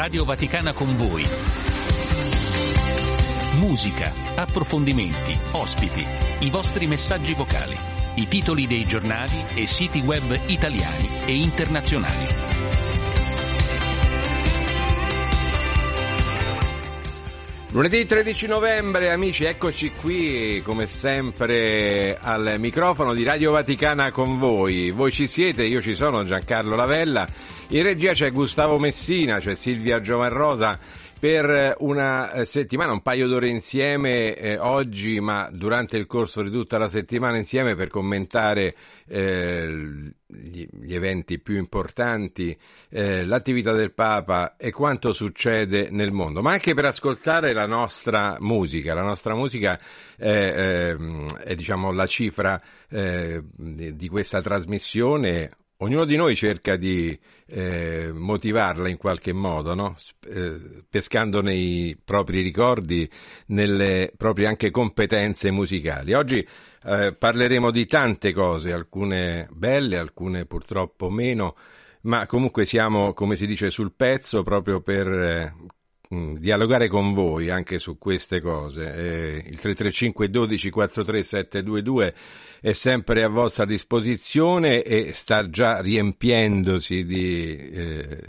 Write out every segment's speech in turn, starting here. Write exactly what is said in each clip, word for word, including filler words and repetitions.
Radio Vaticana con voi. Musica, approfondimenti, ospiti, i vostri messaggi vocali, i titoli dei giornali e siti web italiani e internazionali. Lunedì tredici novembre, amici, eccoci qui come sempre al microfono di Radio Vaticana con voi. Voi ci siete, io ci sono, Giancarlo Lavella, in regia c'è Gustavo Messina, c'è Silvia Giovarrosa per una settimana, un paio d'ore insieme eh, oggi, ma durante il corso di tutta la settimana insieme per commentare eh, gli, gli eventi più importanti, eh, l'attività del Papa e quanto succede nel mondo, ma anche per ascoltare la nostra musica. La nostra musica è, è, è diciamo la cifra eh, di, di questa trasmissione. Ognuno di noi cerca di eh, motivarla in qualche modo, no? Eh, pescando nei propri ricordi, nelle proprie anche competenze musicali. Oggi eh, parleremo di tante cose, alcune belle, alcune purtroppo meno, ma comunque siamo, come si dice, sul pezzo proprio per eh, dialogare con voi anche su queste cose. Eh, il tre tre cinque uno due quattro tre sette due due è sempre a vostra disposizione e sta già riempiendosi di eh,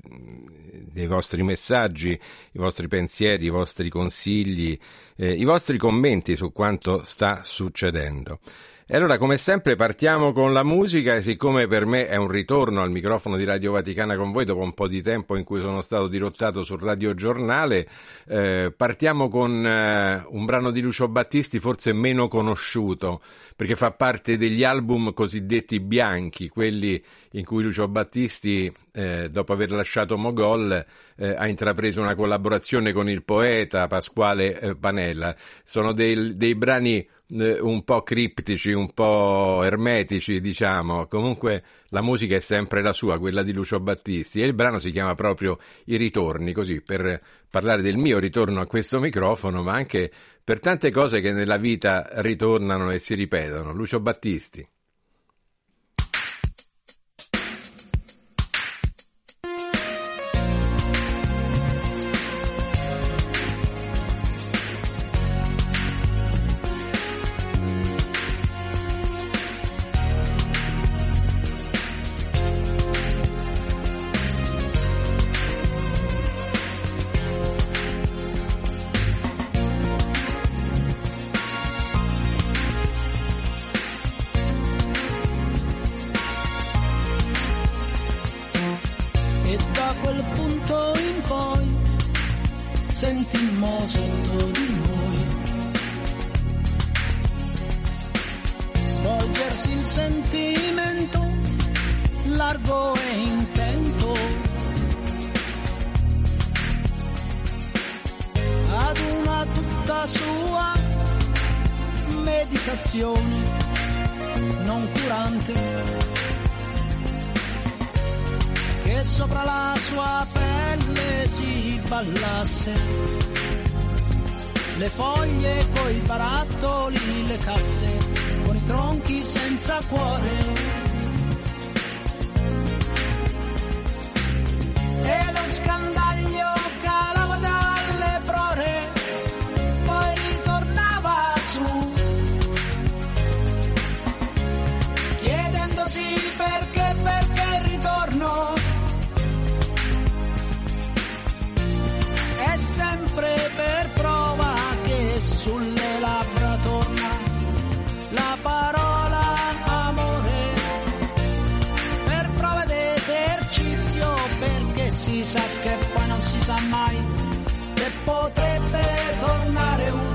dei vostri messaggi, i vostri pensieri, i vostri consigli, eh, i vostri commenti su quanto sta succedendo. E allora, come sempre, partiamo con la musica e siccome per me è un ritorno al microfono di Radio Vaticana con voi dopo un po' di tempo in cui sono stato dirottato sul Radio Giornale, eh, partiamo con eh, un brano di Lucio Battisti forse meno conosciuto, perché fa parte degli album cosiddetti bianchi, quelli in cui Lucio Battisti, eh, dopo aver lasciato Mogol, eh, ha intrapreso una collaborazione con il poeta Pasquale eh, Panella. Sono dei, dei brani un po' criptici, un po' ermetici, diciamo. Comunque la musica è sempre la sua, quella di Lucio Battisti, e il brano si chiama proprio I ritorni, così per parlare del mio ritorno a questo microfono, ma anche per tante cose che nella vita ritornano e si ripetono. Lucio Battisti. Non curante che sopra la sua pelle si ballasse, le foglie coi barattoli, le casse con i tronchi senza cuore e lo scandaglio calava dalle prore, poi ritornava su perché, perché il ritorno è sempre per prova che sulle labbra torna la parola amore, per prova d'esercizio, perché si sa che poi non si sa mai che potrebbe tornare utile.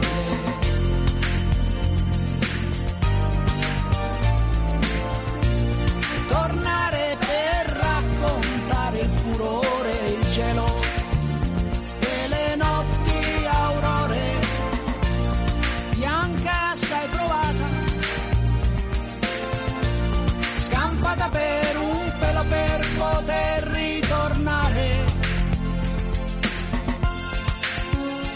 Tornare per raccontare il furore, il cielo e le notti aurore, bianca assai provata, scampata per un pelo per poter ritornare.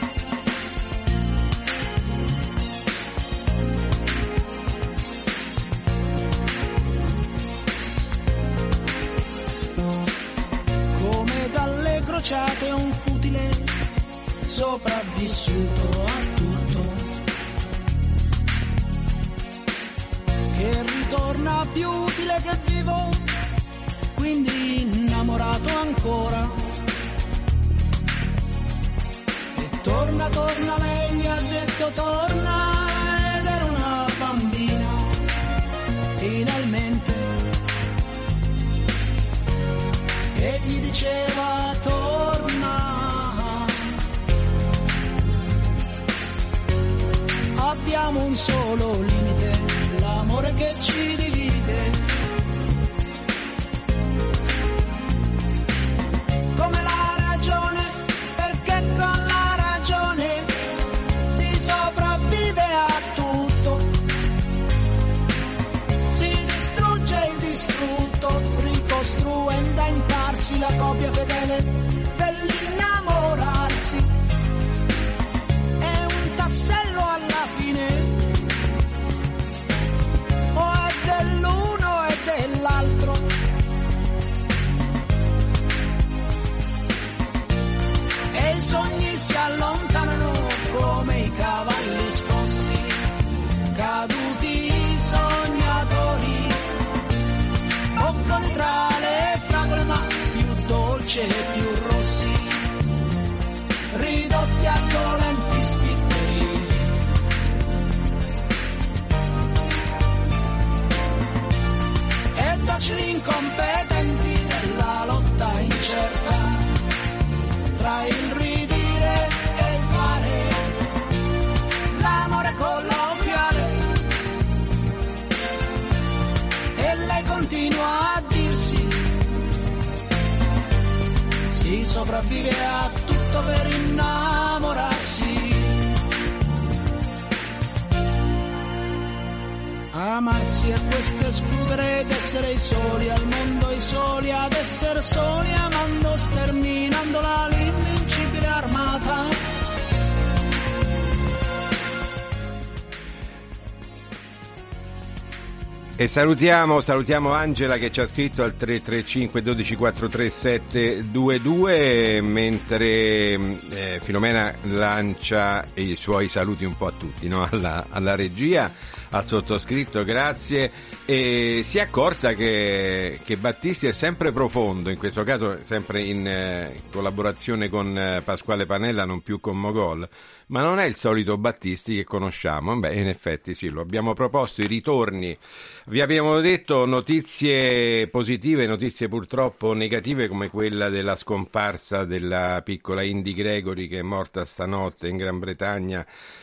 vissuto a tutto, che ritorna più utile che vivo, quindi innamorato ancora. E torna, torna, lei mi ha detto torna, ed era una bambina, finalmente, e gli diceva torna. Abbiamo un solo limite, l'amore che ci divide. Come la ragione, perché con la ragione si sopravvive a tutto. Si distrugge il distrutto, ricostruendo a intarsi la copia fedele dell'innamorarsi. È un tassello alla fine, o è dell'uno e dell'altro. E i sogni si allontanano come i cavalli scossi, caduti sognatori, bocconi tra le fragole ma più dolci e più rossi, ridotti a dolenti spifferi. E docili incompetenti della lotta incerta tra il ridire e il fare, l'amore colloquiale. E lei continua a dirsi, si sopravvive a tutto per innamorarsi. Amarsi è questo escludere d'essere i soli al mondo, i soli ad essere soli, amando, sterminandola l'invincibile armata. E salutiamo, salutiamo Angela che ci ha scritto al tre tre cinque uno due quattro tre sette due due, mentre eh, Filomena lancia i suoi saluti un po' a tutti, no? alla, alla regia, al sottoscritto, grazie, e si è accorta che, che Battisti è sempre profondo, in questo caso sempre in eh, collaborazione con eh, Pasquale Panella, non più con Mogol, ma non è il solito Battisti che conosciamo. Beh, in effetti sì, lo abbiamo proposto, i ritorni. Vi abbiamo detto notizie positive, notizie purtroppo negative, come quella della scomparsa della piccola Indy Gregory, che è morta stanotte in Gran Bretagna,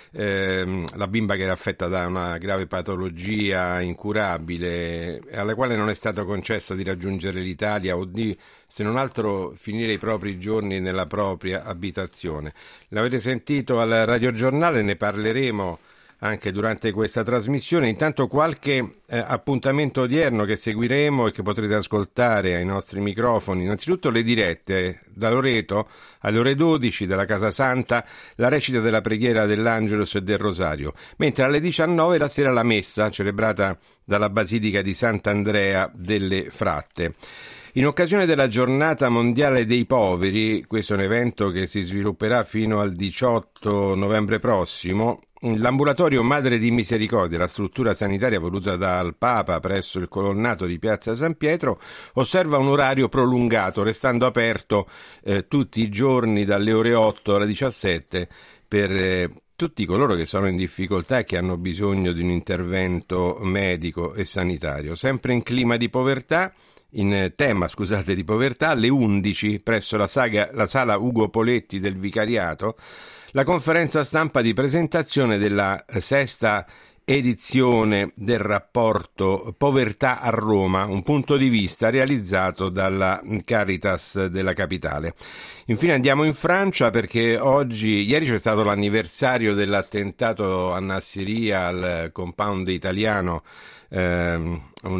ehm, la bimba che era affetta da una grave patologia incurabile, alla quale non è stato concesso di raggiungere l'Italia o di, se non altro, finire i propri giorni nella propria abitazione. L'avete sentito al radiogiornale, ne parleremo anche durante questa trasmissione. Intanto qualche eh, appuntamento odierno che seguiremo e che potrete ascoltare ai nostri microfoni. Innanzitutto le dirette da Loreto alle ore dodici dalla Casa Santa, la recita della preghiera dell'Angelus e del Rosario, mentre alle diciannove la sera la messa celebrata dalla Basilica di Sant'Andrea delle Fratte. In occasione della Giornata Mondiale dei Poveri, questo è un evento che si svilupperà fino al diciotto novembre prossimo, l'ambulatorio Madre di Misericordia, la struttura sanitaria voluta dal Papa presso il colonnato di Piazza San Pietro, osserva un orario prolungato, restando aperto eh, tutti i giorni dalle ore otto alle diciassette per eh, tutti coloro che sono in difficoltà e che hanno bisogno di un intervento medico e sanitario. Sempre in clima di povertà, in tema, scusate, di povertà, alle undici presso la, saga, la sala Ugo Poletti del Vicariato, la conferenza stampa di presentazione della sesta edizione del rapporto Povertà a Roma, un punto di vista realizzato dalla Caritas della capitale. Infine andiamo in Francia perché oggi, ieri c'è stato l'anniversario dell'attentato a Nassiriya al compound italiano, eh, un,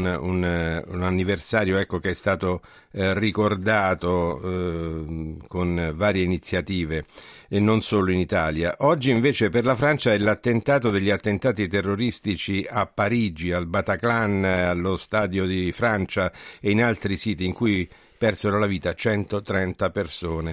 un, un anniversario ecco, che è stato eh, ricordato eh, con varie iniziative e non solo in Italia. Oggi invece per la Francia è l'attentato degli attentati terroristici a Parigi, al Bataclan, allo Stadio di Francia e in altri siti in cui persero la vita centotrenta persone.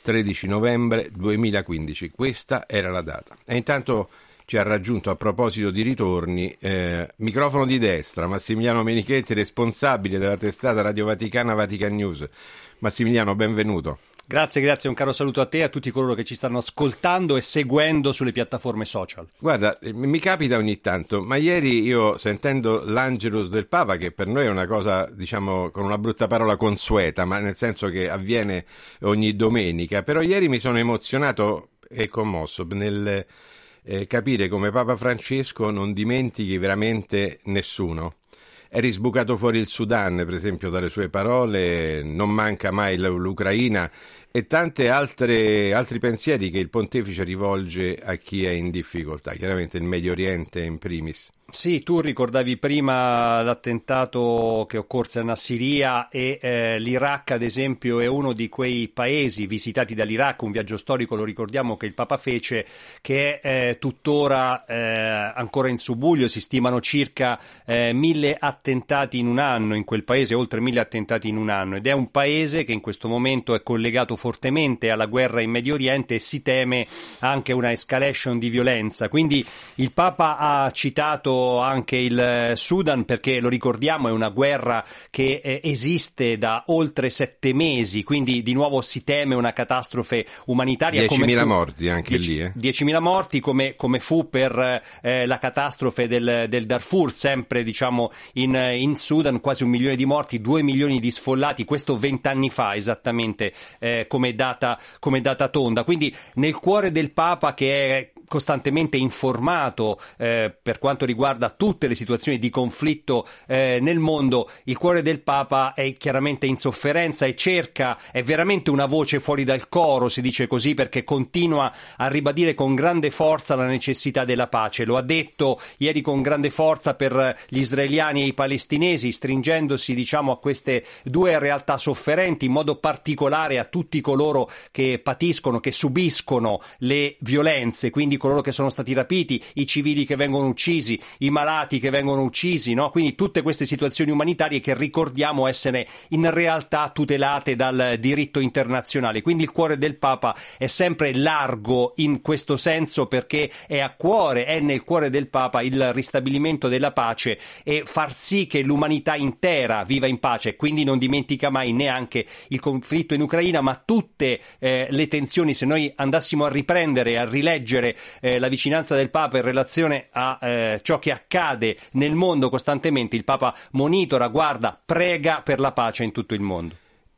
tredici novembre duemilaquindici, questa era la data. E intanto ci ha raggiunto, a proposito di ritorni, eh, microfono di destra, Massimiliano Menichetti, responsabile della testata Radio Vaticana Vatican News. Massimiliano, benvenuto. Grazie, grazie, un caro saluto a te e a tutti coloro che ci stanno ascoltando e seguendo sulle piattaforme social. Guarda, mi capita ogni tanto, ma ieri io, sentendo l'Angelus del Papa, che per noi è una cosa, diciamo, con una brutta parola, consueta, ma nel senso che avviene ogni domenica, però ieri mi sono emozionato e commosso nel eh, capire come Papa Francesco non dimentichi veramente nessuno. È risbucato fuori il Sudan, per esempio, dalle sue parole, non manca mai l'Ucraina e tante altre altri pensieri che il pontefice rivolge a chi è in difficoltà, chiaramente il Medio Oriente in primis. Sì, tu ricordavi prima l'attentato che occorse a Nassiriya e eh, l'Iraq, ad esempio, è uno di quei paesi visitati dall'Iraq, un viaggio storico, lo ricordiamo, che il Papa fece, che è eh, tuttora eh, ancora in subbuglio. Si stimano circa eh, mille attentati in un anno in quel paese, oltre mille attentati in un anno, ed è un paese che in questo momento è collegato fortemente alla guerra in Medio Oriente e si teme anche una escalation di violenza. Quindi il Papa ha citato anche il Sudan perché, lo ricordiamo, è una guerra che eh, esiste da oltre sette mesi, quindi di nuovo si teme una catastrofe umanitaria. diecimila morti anche dieci, lì. Eh? diecimila morti come, come fu per eh, la catastrofe del, del Darfur, sempre diciamo in, in Sudan, quasi un milione di morti, due milioni di sfollati, questo vent'anni fa esattamente eh, come data, come data tonda. Quindi nel cuore del Papa, che è costantemente informato eh, per quanto riguarda tutte le situazioni di conflitto eh, nel mondo, il cuore del Papa è chiaramente in sofferenza e cerca, è veramente una voce fuori dal coro, si dice così, perché continua a ribadire con grande forza la necessità della pace. Lo ha detto ieri con grande forza per gli israeliani e i palestinesi, stringendosi diciamo a queste due realtà sofferenti, in modo particolare a tutti coloro che patiscono, che subiscono le violenze, quindi coloro che sono stati rapiti, i civili che vengono uccisi, i malati che vengono uccisi, no? Quindi tutte queste situazioni umanitarie che ricordiamo essere in realtà tutelate dal diritto internazionale. Quindi il cuore del Papa è sempre largo in questo senso, perché è a cuore, è nel cuore del Papa il ristabilimento della pace e far sì che l'umanità intera viva in pace. Quindi non dimentica mai neanche il conflitto in Ucraina, ma tutte eh, le tensioni. Se noi andassimo a riprendere e a rileggere eh, la vicinanza del Papa in relazione a eh, ciò che accade nel mondo costantemente, il Papa monitora, guarda, prega per la pace in tutto il mondo.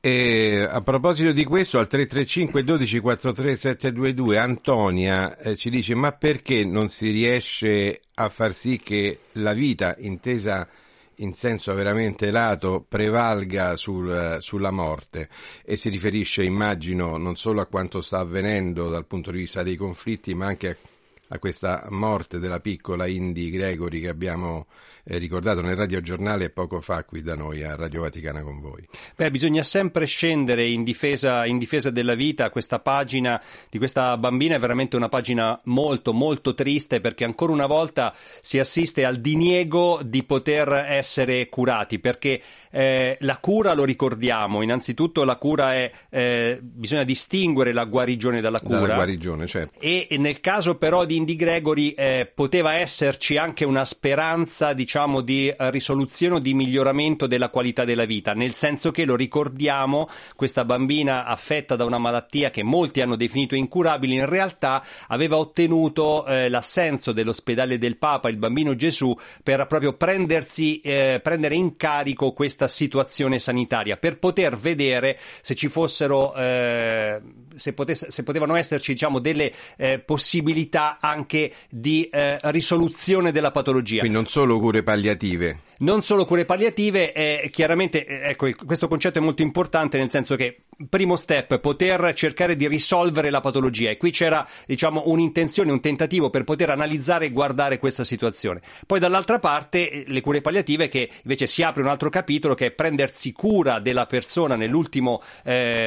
E a proposito di questo, al tre tre cinque dodici quarantatré settecentoventidue Antonia eh, ci dice: ma perché non si riesce a far sì che la vita, intesa in senso veramente lato, prevalga sul, sulla morte? E si riferisce, immagino, non solo a quanto sta avvenendo dal punto di vista dei conflitti, ma anche a, a questa morte della piccola Indy Gregory che abbiamo eh, ricordato nel radiogiornale poco fa qui da noi a Radio Vaticana con voi. Beh, bisogna sempre scendere in difesa, in difesa della vita. Questa pagina di questa bambina è veramente una pagina molto molto triste, perché ancora una volta si assiste al diniego di poter essere curati, perché Eh, la cura, lo ricordiamo, innanzitutto la cura è, eh, bisogna distinguere la guarigione dalla cura. Dalla guarigione, certo. E, e nel caso però di Indy Gregory eh, poteva esserci anche una speranza, diciamo, di eh, risoluzione o di miglioramento della qualità della vita, nel senso che, lo ricordiamo, questa bambina affetta da una malattia che molti hanno definito incurabile, in realtà aveva ottenuto eh, l'assenso dell'ospedale del Papa, il Bambino Gesù, per proprio prendersi, eh, prendere in carico questa situazione sanitaria, per poter vedere se ci fossero eh, se, potesse, se potevano esserci diciamo delle eh, possibilità anche di eh, risoluzione della patologia. Quindi non solo cure palliative. Non solo cure palliative, eh, chiaramente eh, ecco, questo concetto è molto importante, nel senso che primo step, poter cercare di risolvere la patologia, e qui c'era diciamo un'intenzione, un tentativo per poter analizzare e guardare questa situazione. Poi dall'altra parte le cure palliative, che invece si apre un altro capitolo, che è prendersi cura della persona nell'ultimo eh,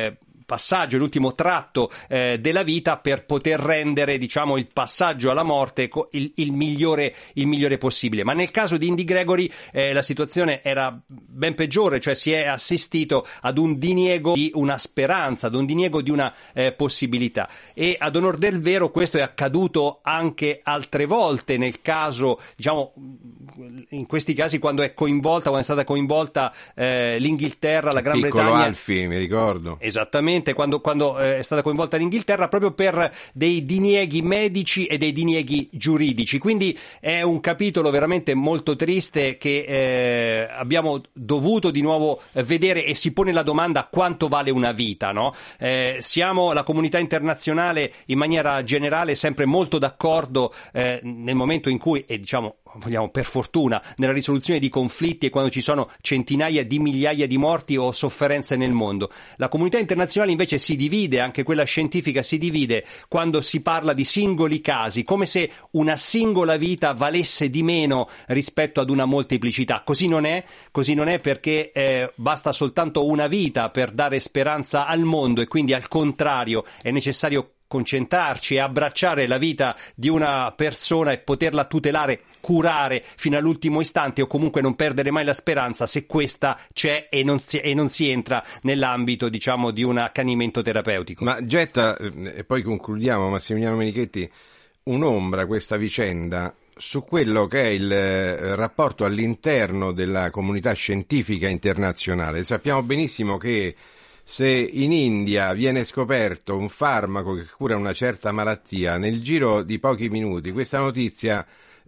passaggio, l'ultimo tratto eh, della vita per poter rendere, diciamo, il passaggio alla morte il, il migliore il migliore possibile. Ma nel caso di Indi Gregory eh, la situazione era ben peggiore, cioè si è assistito ad un diniego di una speranza, ad un diniego di una eh, possibilità, e ad onor del vero questo è accaduto anche altre volte nel caso, diciamo, in questi casi quando è coinvolta, quando è stata coinvolta eh, l'Inghilterra, la Gran Piccolo Bretagna. Alfie, mi ricordo. Esattamente, quando, quando eh, è stata coinvolta l'Inghilterra proprio per dei dinieghi medici e dei dinieghi giuridici. Quindi è un capitolo veramente molto triste che eh, abbiamo dovuto di nuovo vedere, e si pone la domanda: quanto vale una vita, no? Eh, siamo, la comunità internazionale in maniera generale, sempre molto d'accordo eh, nel momento in cui, e diciamo vogliamo per fortuna, nella risoluzione di conflitti e quando ci sono centinaia di migliaia di morti o sofferenze nel mondo. La comunità internazionale invece si divide, anche quella scientifica si divide quando si parla di singoli casi, come se una singola vita valesse di meno rispetto ad una molteplicità. Così non è, così non è perché eh, basta soltanto una vita per dare speranza al mondo, e quindi al contrario è necessario concentrarci e abbracciare la vita di una persona e poterla tutelare, curare fino all'ultimo istante, o comunque non perdere mai la speranza se questa c'è e non si, e non si entra nell'ambito, diciamo, di un accanimento terapeutico. Ma getta, e poi concludiamo, Massimiliano Menichetti, un'ombra questa vicenda su quello che è il rapporto all'interno della comunità scientifica internazionale. Sappiamo benissimo che se in India viene scoperto un farmaco che cura una certa malattia, nel giro di pochi minuti questa notizia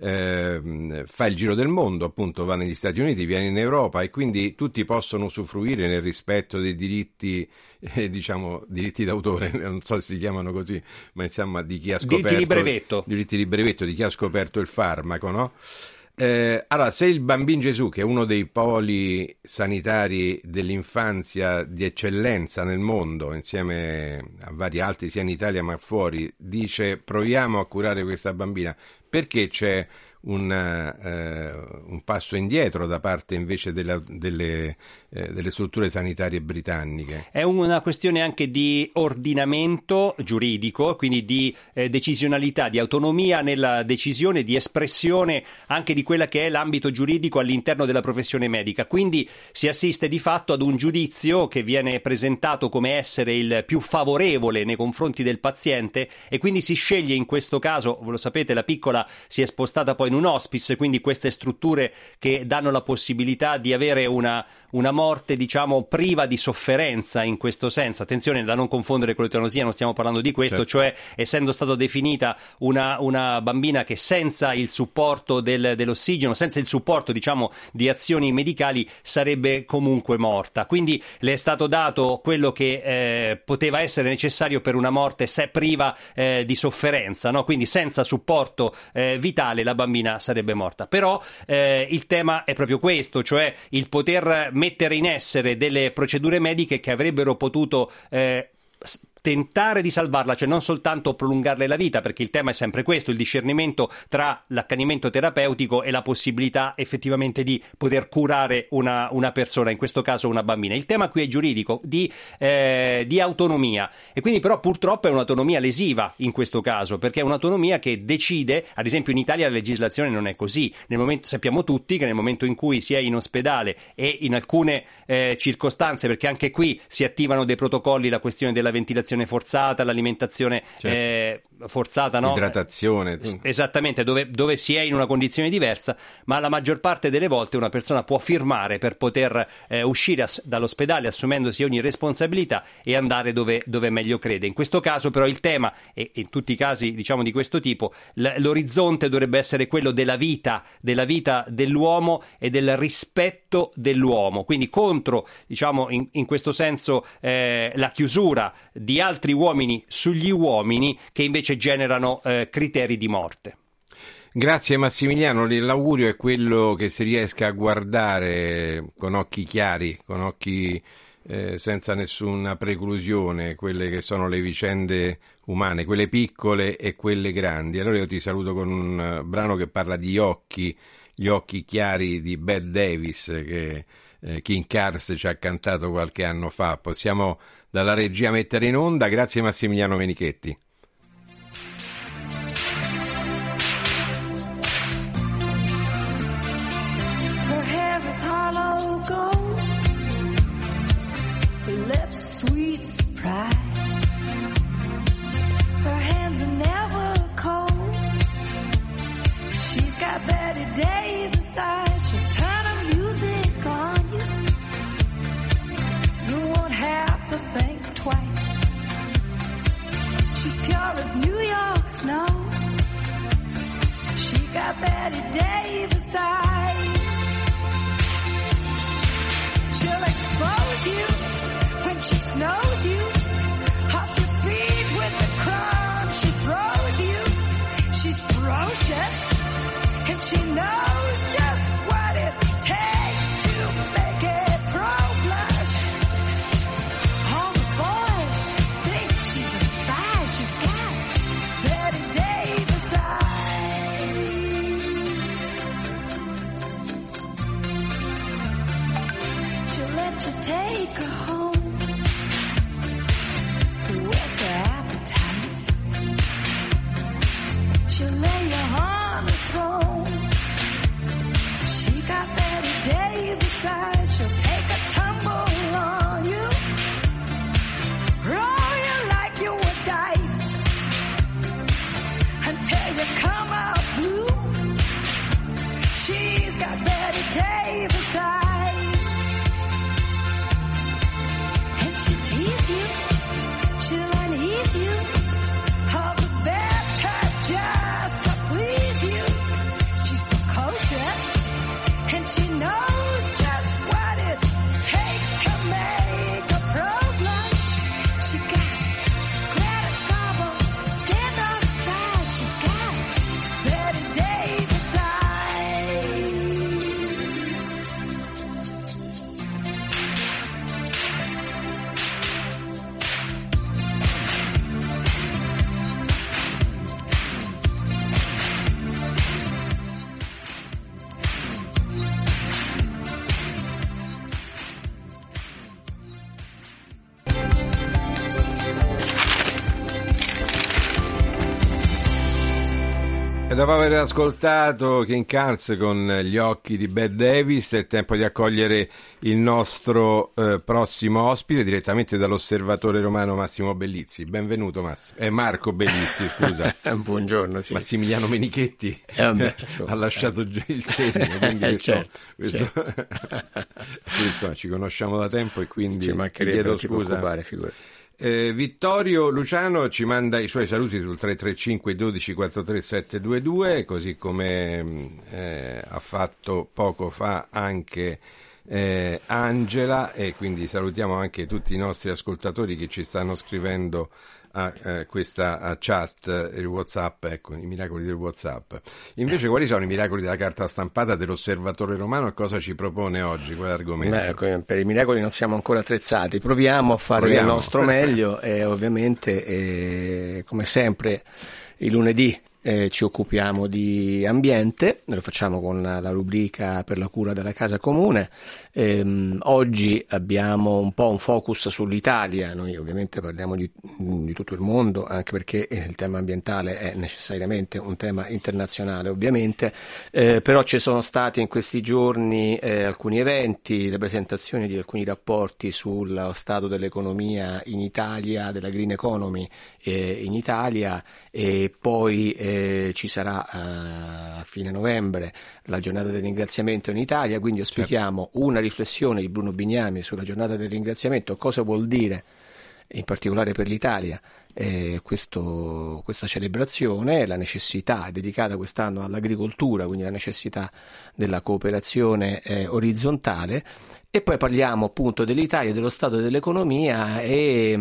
eh, fa il giro del mondo, appunto va negli Stati Uniti, viene in Europa, e quindi tutti possono usufruire nel rispetto dei diritti, eh, diciamo, diritti d'autore, non so se si chiamano così, ma insomma di chi ha scoperto... Diritti di brevetto. Diritti di brevetto, di chi ha scoperto il farmaco, no? Eh, allora, se il Bambin Gesù, che è uno dei poli sanitari dell'infanzia di eccellenza nel mondo, insieme a vari altri sia in Italia ma fuori, dice proviamo a curare questa bambina, perché c'è un, eh, un passo indietro da parte invece della, delle, eh, delle strutture sanitarie britanniche? È una questione anche di ordinamento giuridico, quindi di eh, decisionalità, di autonomia nella decisione, di espressione anche di quella che è l'ambito giuridico all'interno della professione medica. Quindi si assiste di fatto ad un giudizio che viene presentato come essere il più favorevole nei confronti del paziente, e quindi si sceglie, in questo caso, voi lo sapete, la piccola si è spostata poi in un hospice, quindi queste strutture che danno la possibilità di avere una, una morte, diciamo, priva di sofferenza in questo senso. Attenzione da non confondere con l'eutanasia, non stiamo parlando di questo, certo. Cioè essendo stata definita una, una bambina che senza il supporto del, dell'ossigeno, senza il supporto, diciamo, di azioni medicali sarebbe comunque morta. Quindi le è stato dato quello che eh, poteva essere necessario per una morte se priva eh, di sofferenza, no? Quindi senza supporto eh, vitale la bambina sarebbe morta. Però eh, il tema è proprio questo, cioè il poter mettere in essere delle procedure mediche che avrebbero potuto eh, tentare di salvarla, cioè non soltanto prolungarle la vita, perché il tema è sempre questo, il discernimento tra l'accanimento terapeutico e la possibilità effettivamente di poter curare una, una persona, in questo caso una bambina. Il tema qui è giuridico, di, eh, di autonomia, e quindi però purtroppo è un'autonomia lesiva in questo caso, perché è un'autonomia che decide, ad esempio in Italia la legislazione non è così, nel momento, sappiamo tutti che nel momento in cui si è in ospedale e in alcune eh, circostanze, perché anche qui si attivano dei protocolli, la questione della ventilazione forzata, l'alimentazione certo. eh, forzata, no? Idratazione. Esattamente, dove, dove si è in una condizione diversa, ma la maggior parte delle volte una persona può firmare per poter eh, uscire ass- dall'ospedale assumendosi ogni responsabilità e andare dove, dove meglio crede. In questo caso però il tema, e in tutti i casi diciamo di questo tipo, l- l'orizzonte dovrebbe essere quello della vita, della vita dell'uomo e del rispetto dell'uomo, quindi contro, diciamo in, in questo senso, eh, la chiusura di altri uomini sugli uomini che invece generano eh, criteri di morte. Grazie Massimiliano, l'augurio è quello che si riesca a guardare con occhi chiari, con occhi eh, senza nessuna preclusione quelle che sono le vicende umane, quelle piccole e quelle grandi. Allora io ti saluto con un brano che parla di occhi, gli occhi chiari di Bette Davis che eh, King Cars ci ha cantato qualche anno fa. Possiamo dalla regia mettere in onda. Grazie Massimiliano Menichetti. Betty Davis eyes. She'll expose you when she snows you, off your feet with the crumbs she throws you. She's ferocious and she knows just what it takes to make it pro blush. All the boys think she's a spy. She's got Betty Davis eyes. Let you take her home. What's her appetite? She'll lay you on the throne. She got Betty Davis eyes. She'll take a tumble on you, roll you like you were dice, until you come out blue. She's got Betty Davis eyes. Tease you, she'll unease you, all the better just to please you. She's precocious, and she knows just what it takes to make a pro blush. She got Greta Garbo, stand on the side. She's got Betty Davis eyes. E dopo aver ascoltato King Carnes con Gli occhi di Bette Davis, è tempo di accogliere il nostro eh, prossimo ospite direttamente dall'Osservatore Romano, Massimo Bellizzi. Benvenuto Massimo. Eh, Marco Bellizzi, scusa. Buongiorno, sì. Massimiliano Menichetti eh, vabbè, insomma, ha lasciato già il segno, quindi eh, questo, certo, questo... certo. Insomma, ci conosciamo da tempo e quindi ci mancherebbe, chiedo non scusa. Figura. Eh, Vittorio Luciano ci manda i suoi saluti sul tre tre cinque dodici quarantatré settecentoventidue, così come eh, ha fatto poco fa anche eh, Angela, e quindi salutiamo anche tutti i nostri ascoltatori che ci stanno scrivendo a eh, questa a chat, il WhatsApp, ecco, i miracoli del WhatsApp. Invece quali sono i miracoli della carta stampata dell'Osservatore Romano e cosa ci propone oggi, quale argomento? Beh, per i miracoli non siamo ancora attrezzati, proviamo a fare proviamo. il nostro meglio e ovviamente eh, come sempre il lunedì Eh, ci occupiamo di ambiente, lo facciamo con la rubrica per la cura della casa comune. Ehm, oggi abbiamo un po' un focus sull'Italia, noi ovviamente parliamo di, di tutto il mondo, anche perché il tema ambientale è necessariamente un tema internazionale ovviamente, eh, però ci sono stati in questi giorni eh, alcuni eventi, le presentazioni di alcuni rapporti sullo stato dell'economia in Italia, della green economy eh, in Italia, e poi eh, ci sarà eh, a fine novembre la giornata del ringraziamento in Italia, quindi ospitiamo certo. una riflessione di Bruno Bignami sulla giornata del ringraziamento, cosa vuol dire in particolare per l'Italia eh, questo, questa celebrazione, la necessità dedicata quest'anno all'agricoltura, quindi la necessità della cooperazione eh, orizzontale, e poi parliamo appunto dell'Italia, dello stato dell'economia e,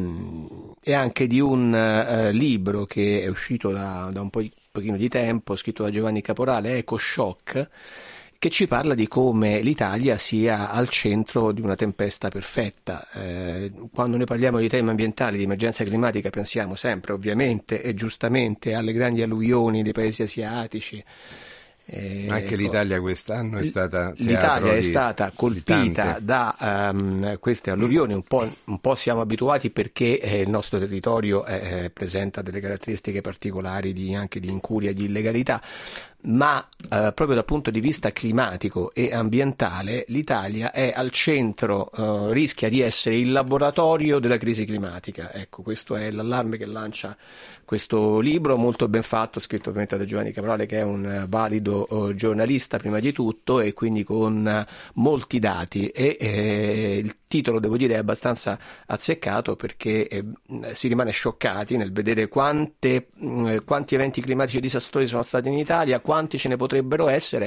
mh, e anche di un uh, libro che è uscito da, da un po' di, pochino di tempo, scritto da Giovanni Caporale, Eco Shock, che ci parla di come l'Italia sia al centro di una tempesta perfetta. Eh, quando noi parliamo di temi ambientali, di emergenza climatica, pensiamo sempre ovviamente e giustamente alle grandi alluvioni dei paesi asiatici, Eh, Anche ecco, l'Italia quest'anno è stata teatro l'Italia è di- stata di colpita tante. da ehm, queste alluvioni, un po', un po' siamo abituati perché eh, il nostro territorio eh, presenta delle caratteristiche particolari di, anche di incuria e di illegalità, ma eh, proprio dal punto di vista climatico e ambientale l'Italia è al centro, eh, rischia di essere il laboratorio della crisi climatica. Ecco, questo è l'allarme che lancia questo libro molto ben fatto, scritto ovviamente da Giovanni Caporale, che è un eh, valido eh, giornalista prima di tutto, e quindi con eh, molti dati, e eh, il titolo, devo dire, è abbastanza azzeccato, perché eh, si rimane scioccati nel vedere quante, mh, quanti eventi climatici disastrosi sono stati in Italia, quanti ce ne potrebbero essere.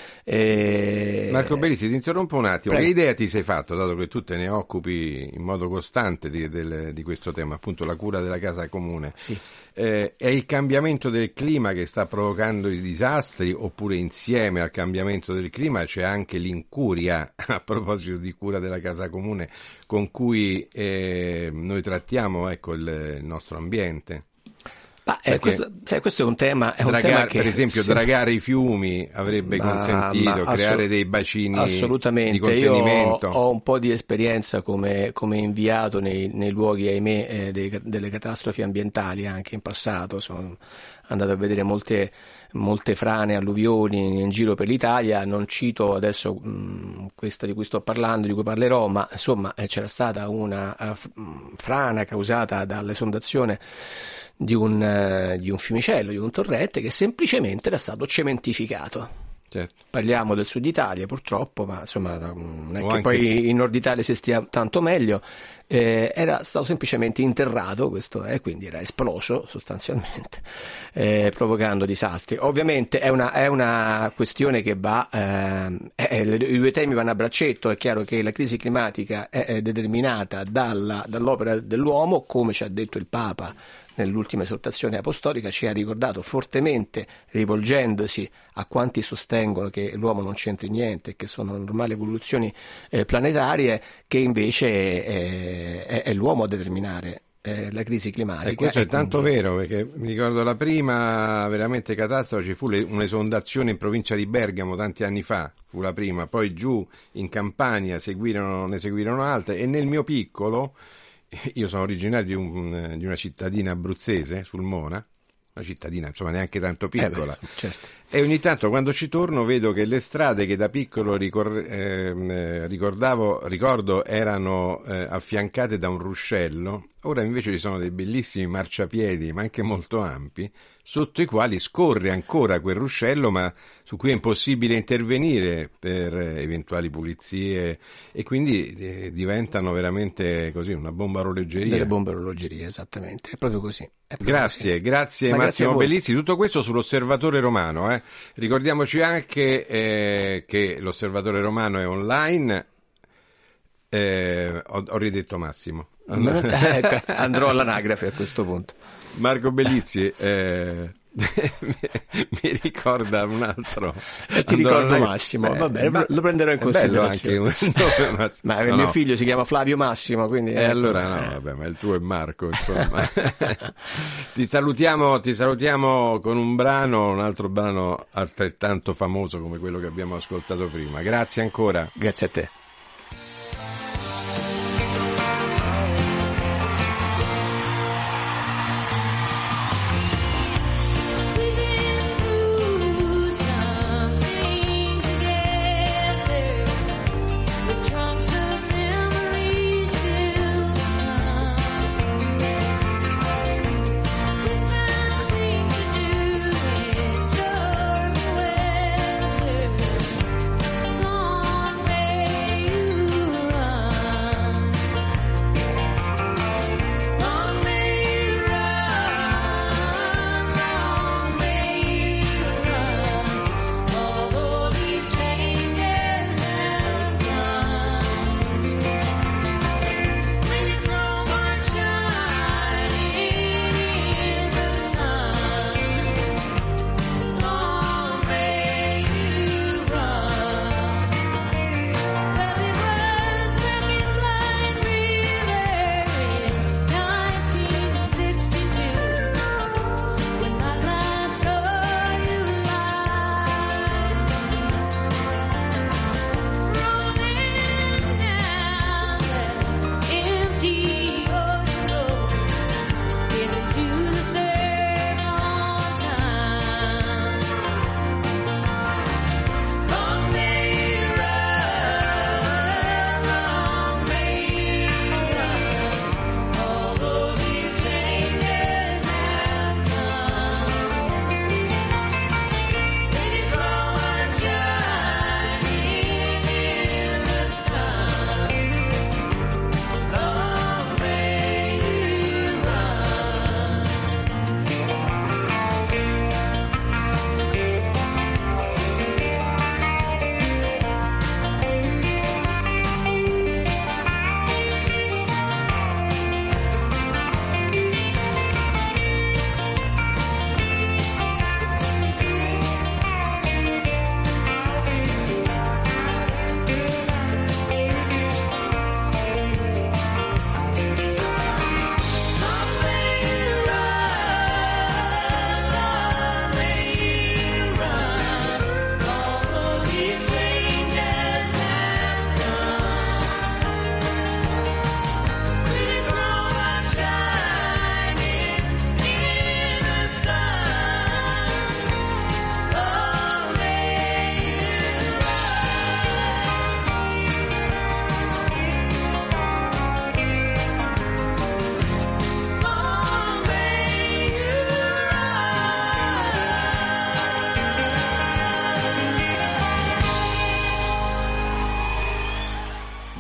Eh, Marco Bellizzi, ti interrompo un attimo. Prego. Che idea ti sei fatto, dato che tu te ne occupi in modo costante di, del- di questo tema, appunto la cura della casa comune? Sì. Eh, è il cambiamento del clima che sta provocando i disastri, oppure insieme al cambiamento del clima c'è anche l'incuria, a proposito di cura della casa comune, con cui eh, noi trattiamo, ecco, il, il nostro ambiente? Ma, eh, Perché questo, sai, questo è un tema, è un Dragare- tema che per esempio, sì. dragare i fiumi avrebbe Ma- consentito, ma creare assolut- dei bacini assolutamente. di contenimento. Io ho un po' di esperienza come, come inviato nei, nei luoghi, ahimè, eh, dei- delle catastrofi ambientali anche in passato. Sono andato a vedere molte, molte frane, alluvioni in giro per l'Italia. Non cito adesso mh, questa di cui sto parlando, di cui parlerò, ma insomma eh, c'era stata una eh, f- mh, frana causata dall'esondazione di un, eh, di un fiumicello, di un torrente, che semplicemente era stato cementificato. Certo. Parliamo del sud Italia purtroppo, ma insomma non è O che anche- poi in nord Italia si stia tanto meglio. Eh, era stato semplicemente interrato, questo è, quindi era esploso sostanzialmente, eh, provocando disastri. Ovviamente è una, è una questione che va, ehm, è- è- i due temi vanno a braccetto. È chiaro che la crisi climatica è, è determinata dalla- dall'opera dell'uomo, come ci ha detto il Papa nell'ultima esortazione apostolica, ci ha ricordato fortemente, rivolgendosi a quanti sostengono che l'uomo non c'entri niente, che sono normali evoluzioni eh, planetarie, che invece eh, è, è l'uomo a determinare eh, la crisi climatica. E questo è tanto quindi- vero, perché mi ricordo la prima veramente catastrofe, ci fu le- un'esondazione in provincia di Bergamo tanti anni fa, fu la prima, poi giù in Campania seguirono, ne seguirono altre, e nel mio piccolo, io sono originario di, un- di una cittadina abruzzese, sul Mona, una cittadina insomma neanche tanto Eh beh, piccola, certo. e ogni tanto quando ci torno vedo che le strade che da piccolo ricor- ehm, eh, ricordavo, ricordo erano eh, affiancate da un ruscello, ora invece ci sono dei bellissimi marciapiedi, ma anche molto ampi, sotto i quali scorre ancora quel ruscello, ma su cui è impossibile intervenire per eh, eventuali pulizie, e quindi eh, diventano veramente così una bomba a orologeria. Delle bombe orologerie, esattamente, è proprio così. è proprio Grazie, così. grazie Ma grazie Massimo a voi. Bellizzi. Tutto questo sull'Osservatore Romano. Eh. Ricordiamoci anche eh, che l'Osservatore Romano è online. Eh, ho, ho ridetto Massimo. Ecco, andrò all'anagrafe a questo punto. Marco Bellizzi eh, mi, mi ricorda un altro. Eh, ti Andrò ricordo alla- Massimo, Beh, va bene, ma- lo prenderò in è bello considerazione. anche un nome, Massimo. Ma No, mio no. figlio si chiama Flavio Massimo, quindi E ecco. allora no, vabbè, ma il tuo è Marco, insomma. ti salutiamo, ti salutiamo con un brano, un altro brano altrettanto famoso come quello che abbiamo ascoltato prima. Grazie ancora. Grazie a te. We've been through something together, with trunks of memories still numb. We found things to do in stormy weather. Long may you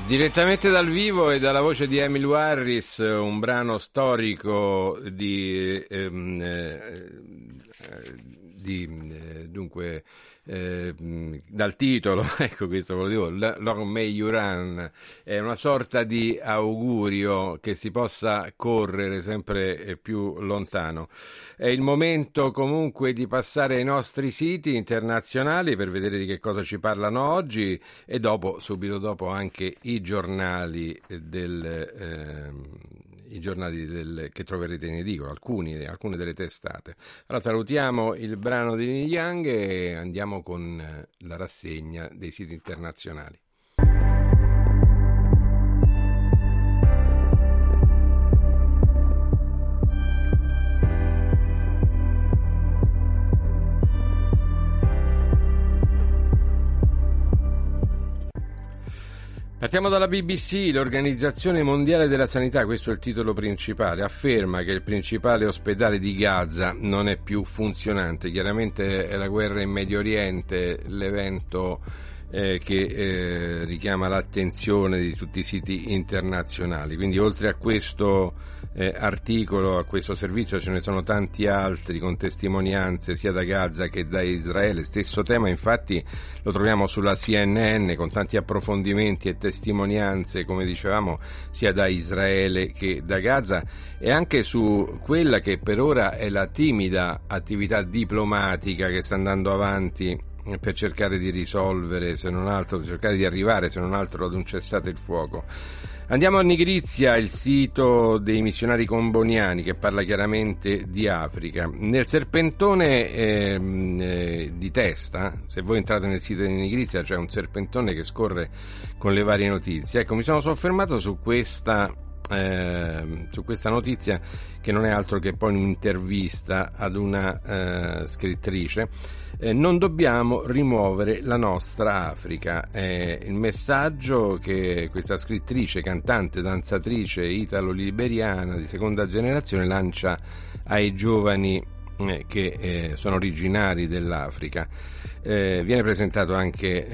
Direttamente dal vivo e dalla voce di Emily Harris, un brano storico di, ehm, eh, di eh, dunque eh, dal titolo, ecco questo ve lo dico, Long May You Run, è una sorta di augurio che si possa correre sempre più lontano. È il momento comunque di passare ai nostri siti internazionali per vedere di che cosa ci parlano oggi e dopo, subito dopo, anche i giornali del, eh, i giornali del, che troverete in edicola, alcuni, alcune delle testate. Allora salutiamo il brano di Neil Young e andiamo con la rassegna dei siti internazionali. Partiamo dalla B B C. L'Organizzazione Mondiale della Sanità, questo è il titolo principale, afferma che il principale ospedale di Gaza non è più funzionante. Chiaramente è la guerra in Medio Oriente l'evento eh, che eh, richiama l'attenzione di tutti i siti internazionali. Quindi oltre a questo eh, articolo, a questo servizio, ce ne sono tanti altri con testimonianze sia da Gaza che da Israele. Stesso tema infatti lo troviamo sulla C N N con tanti approfondimenti e testimonianze, come dicevamo, sia da Israele che da Gaza, e anche su quella che per ora è la timida attività diplomatica che sta andando avanti per cercare di risolvere, se non altro, per cercare di arrivare, se non altro, ad un cessate il fuoco. Andiamo a Nigrizia, il sito dei missionari comboniani che parla chiaramente di Africa. Nel serpentone eh, eh, di testa, se voi entrate nel sito di Nigrizia c'è un serpentone che scorre con le varie notizie. Ecco, mi sono soffermato su questa Eh, su questa notizia, che non è altro che poi un'intervista ad una eh, scrittrice. Eh, non dobbiamo rimuovere la nostra Africa, è il messaggio che questa scrittrice, cantante, danzatrice italo-liberiana di seconda generazione lancia ai giovani eh, che eh, sono originari dell'Africa. Eh, viene presentato anche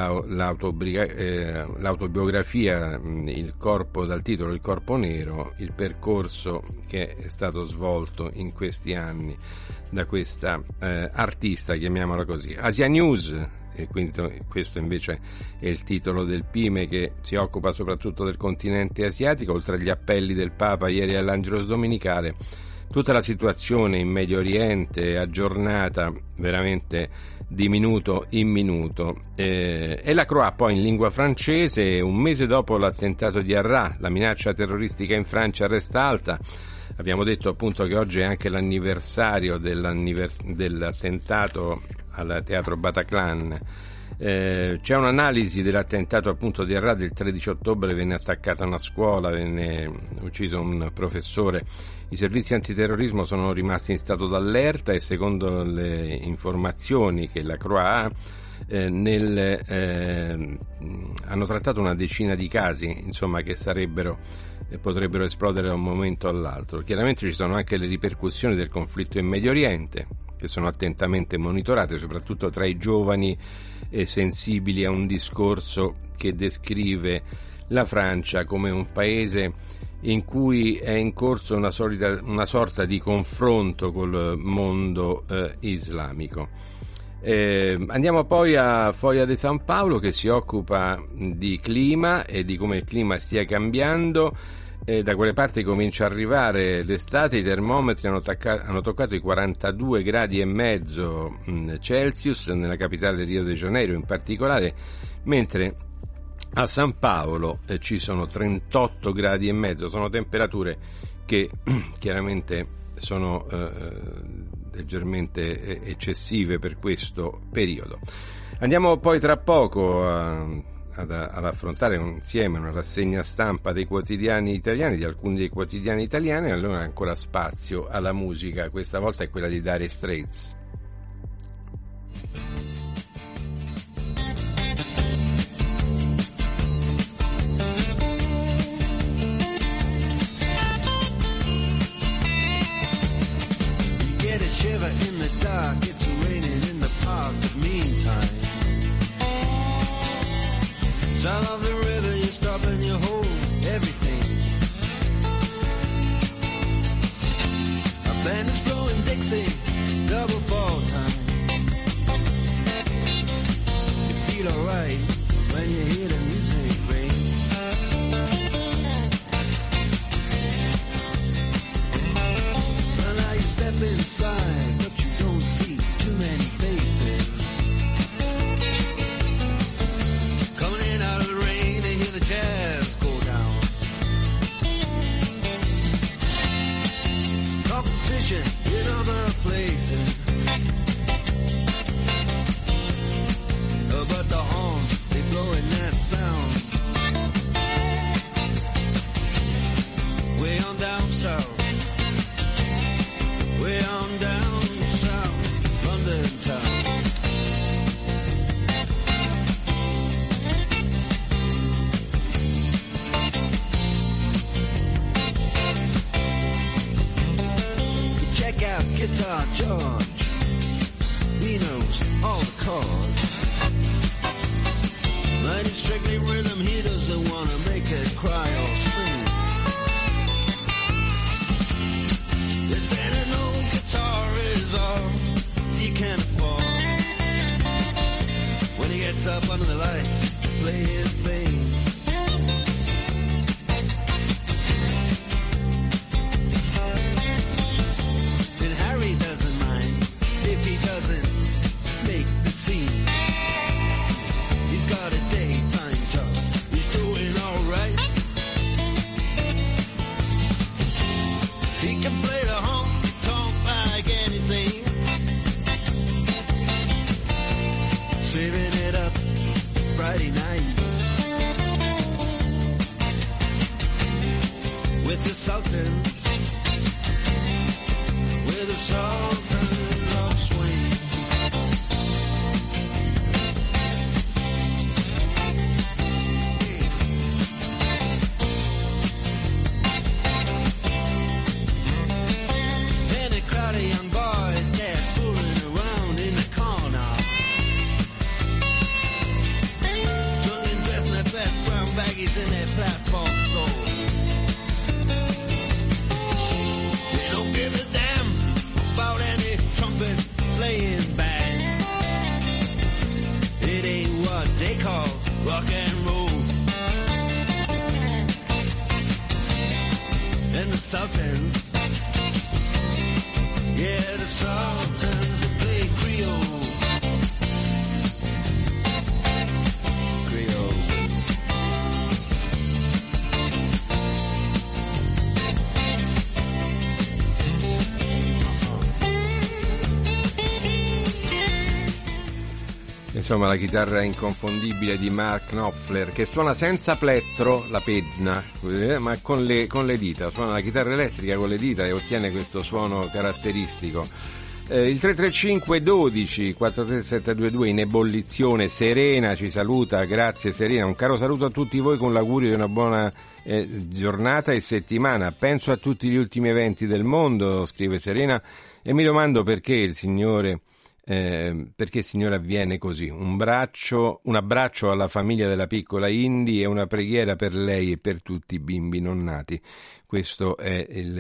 nell'autobiografia eh, il corpo, dal titolo Il corpo nero, il percorso che è stato svolto in questi anni da questa eh, artista, chiamiamola così. Asia News, e quindi questo invece è il titolo del P I M E che si occupa soprattutto del continente asiatico. Oltre agli appelli del Papa ieri all'Angelus Domenicale, tutta la situazione in Medio Oriente aggiornata veramente di minuto in minuto. Eh, e la Croix poi in lingua francese, un mese dopo l'attentato di Arras, la minaccia terroristica in Francia resta alta. Abbiamo detto appunto che oggi è anche l'anniversario dell'attentato al teatro Bataclan. Eh, c'è un'analisi dell'attentato appunto di Arras del tredici ottobre, venne attaccata una scuola, venne ucciso un professore. I servizi antiterrorismo sono rimasti in stato d'allerta e secondo le informazioni che la Croix ha, eh, nel, eh, hanno trattato una decina di casi, insomma, che sarebbero eh, potrebbero esplodere da un momento all'altro. Chiaramente ci sono anche le ripercussioni del conflitto in Medio Oriente, che sono attentamente monitorate, soprattutto tra i giovani e sensibili a un discorso che descrive la Francia come un paese in cui è in corso una, solita, una sorta di confronto col mondo eh, islamico. Eh, andiamo poi a Folha de San Paolo, che si occupa di clima e di come il clima stia cambiando. Eh, da quelle parti comincia a arrivare l'estate, i termometri hanno, tacca- hanno toccato i quarantadue gradi e mezzo mh, Celsius nella capitale Rio de Janeiro in particolare, mentre a San Paolo eh, ci sono trentotto gradi e mezzo. Sono temperature che chiaramente sono eh, leggermente eh, eccessive per questo periodo. Andiamo poi tra poco a Ad, ad affrontare insieme una rassegna stampa dei quotidiani italiani, di alcuni dei quotidiani italiani. Allora ancora spazio alla musica, questa volta è quella di Dire Straits. You get a shiver in the dark, it's raining in the park, but meantime sound of the river, you stop feel alright when you hear the music ring. And now you step inside, but you don't see too many faces. Coming in out of the rain, they hear the jazz go down. Competition in other places. Uh, but the horns, they blowing that sound. Way on down south. Way on down south. London town. Check out Guitar George. He knows all the chords. But it's strictly rhythm, he doesn't wanna make it cry or sing. If any old guitar is all he can afford, when he gets up under the lights to play his thing. And Harry doesn't mind if he doesn't make the scene. He's got a daytime job, he's doing alright. He can play the honky tonk like anything, saving it up Friday night with the Sultans, with the Sultans of Swing. Young boys, they're fooling around in the corner, drunk and dressed in their best brown baggies in their platform soles. They don't give a damn about any trumpet playing band. It ain't what they call rock and roll. And the Sultans, yeah, the Sultans that play Creole. Creole. Insomma, la chitarra inconfondibile di Mark Knopfler, che suona senza plettro, la penna, eh, ma con le, con le dita, suona la chitarra elettrica con le dita e ottiene questo suono caratteristico. Eh, il tre tre cinque dodici quattro tre sette due due in ebollizione. Serena ci saluta, grazie Serena, un caro saluto a tutti voi con l'augurio di una buona eh, giornata e settimana. Penso a tutti gli ultimi eventi del mondo, scrive Serena, e mi domando perché il Signore Eh, perché il Signore avviene così. Un braccio, un abbraccio alla famiglia della piccola Indy e una preghiera per lei e per tutti i bimbi non nati. Questo è il,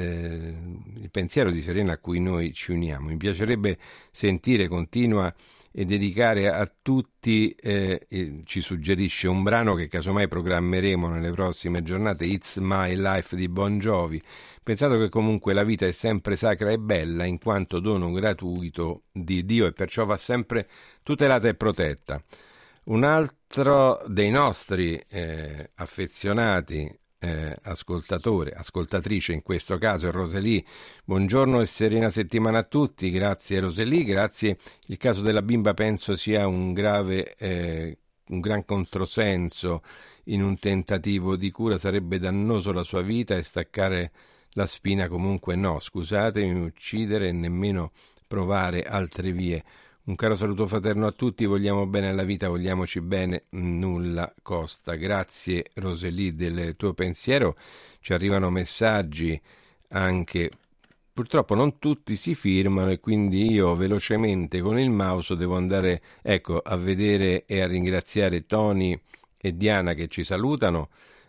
il pensiero di Serena a cui noi ci uniamo. Mi piacerebbe sentire, continua, e dedicare a tutti, eh, eh, ci suggerisce un brano che casomai programmeremo nelle prossime giornate, It's My Life di Bon Jovi. Pensato che comunque la vita è sempre sacra e bella in quanto dono gratuito di Dio e perciò va sempre tutelata e protetta. Un altro dei nostri eh, affezionati eh, ascoltatore, ascoltatrice in questo caso è Rosalie. Buongiorno e serena settimana a tutti, grazie Rosalie, grazie. Il caso della bimba penso sia un grave, eh, un gran controsenso. In un tentativo di cura sarebbe dannoso la sua vita e staccare la spina comunque no, scusatemi, uccidere e nemmeno provare altre vie. Un caro saluto fraterno a tutti, vogliamo bene alla vita, vogliamoci bene, nulla costa. Grazie Rosalie del tuo pensiero, ci arrivano messaggi anche, purtroppo non tutti si firmano e quindi io velocemente con il mouse devo andare ecco a vedere e a ringraziare Tony e Diana che ci salutano.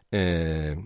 Eh,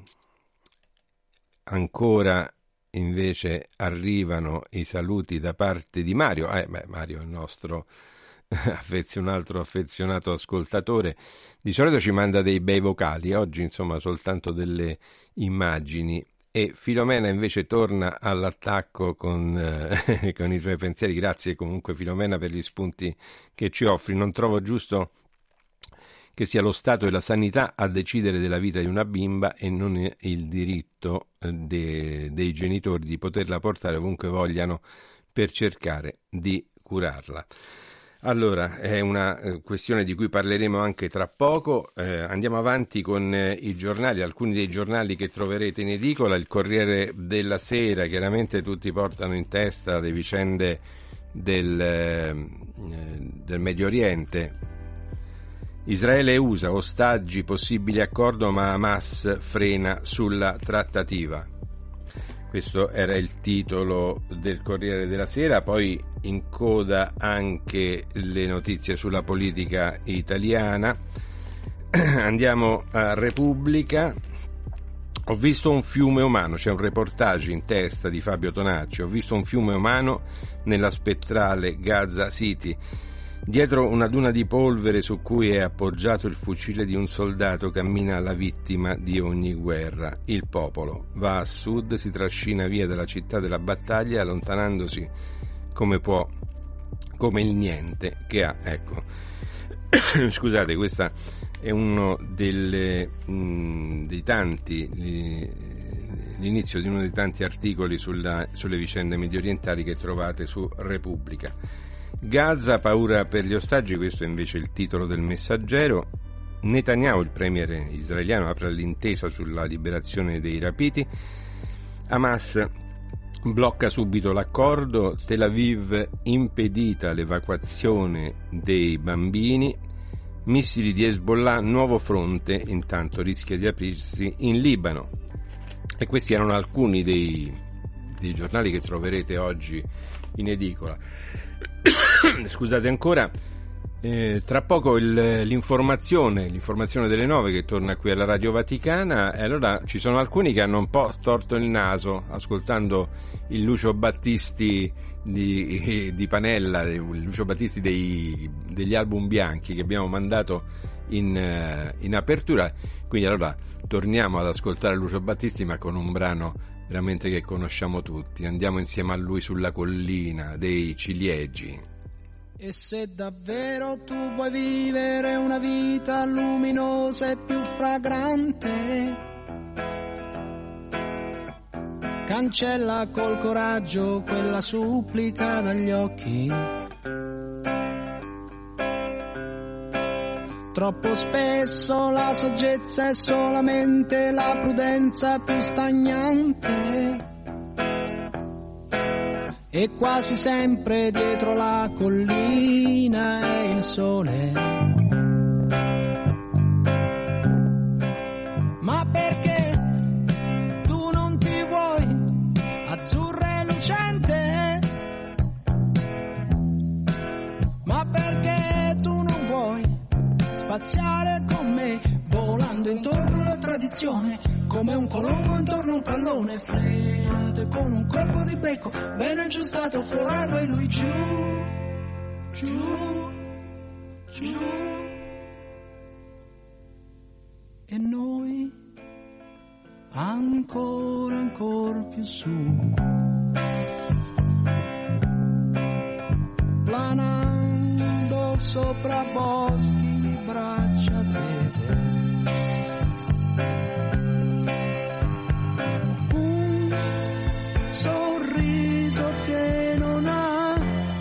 ancora invece arrivano i saluti da parte di Mario, eh, beh, Mario è il nostro affezio- un altro affezionato ascoltatore, di solito ci manda dei bei vocali, oggi insomma soltanto delle immagini. E Filomena invece torna all'attacco con, eh, con i suoi pensieri. Grazie comunque Filomena per gli spunti che ci offri. Non trovo giusto che sia lo Stato e la sanità a decidere della vita di una bimba e non il diritto eh, de- dei genitori di poterla portare ovunque vogliano per cercare di curarla. Allora, è una eh, questione di cui parleremo anche tra poco. Eh, andiamo avanti con eh, i giornali, alcuni dei giornali che troverete in edicola. Il Corriere della Sera, chiaramente tutti portano in testa le vicende del, eh, del Medio Oriente. Israele e U S A, ostaggi, possibile accordo, ma Hamas frena sulla trattativa. Questo era il titolo del Corriere della Sera, poi in coda anche le notizie sulla politica italiana. Andiamo a Repubblica. Ho visto un fiume umano, c'è un reportage in testa di Fabio Tonacci. Ho visto un fiume umano nella spettrale Gaza City. Dietro una duna di polvere su cui è appoggiato il fucile di un soldato cammina la vittima di ogni guerra. Il popolo va a sud, si trascina via dalla città della battaglia, allontanandosi come può, come il niente che ha. Ecco, scusate, questa è uno delle, mh, dei tanti, l'inizio di uno dei tanti articoli sulla, sulle vicende mediorientali che trovate su Repubblica. Gaza, paura per gli ostaggi, questo è invece il titolo del Messaggero. Netanyahu, il premier israeliano, apre l'intesa sulla liberazione dei rapiti. Hamas blocca subito l'accordo. Tel Aviv impedita l'evacuazione dei bambini. Missili di Hezbollah, nuovo fronte, intanto rischia di aprirsi in Libano. E questi erano alcuni dei, dei giornali che troverete oggi in edicola. Scusate ancora, eh, tra poco il, l'informazione, l'informazione delle nove che torna qui alla Radio Vaticana, e allora ci sono alcuni che hanno un po' storto il naso ascoltando il Lucio Battisti di, di Panella, il Lucio Battisti dei, degli album bianchi che abbiamo mandato in, in apertura, quindi allora torniamo ad ascoltare Lucio Battisti ma con un brano veramente che conosciamo tutti. Andiamo insieme a lui sulla collina dei ciliegi. E se davvero tu vuoi vivere una vita luminosa e più fragrante, cancella col coraggio quella supplica dagli occhi. Troppo spesso la saggezza è solamente la prudenza più stagnante, e quasi sempre dietro la collina è il sole. Ma perché tu non ti vuoi azzurra e lucente? Ma perché tu non vuoi spaziare con me, volando intorno alla tradizione, come un colombo intorno a un pallone, frenato e con un colpo di becco ben aggiustato, forato, e lui giù, giù, giù, e noi ancora, ancora più su, planando sopra boschi, braccia tese, un sorriso che non ha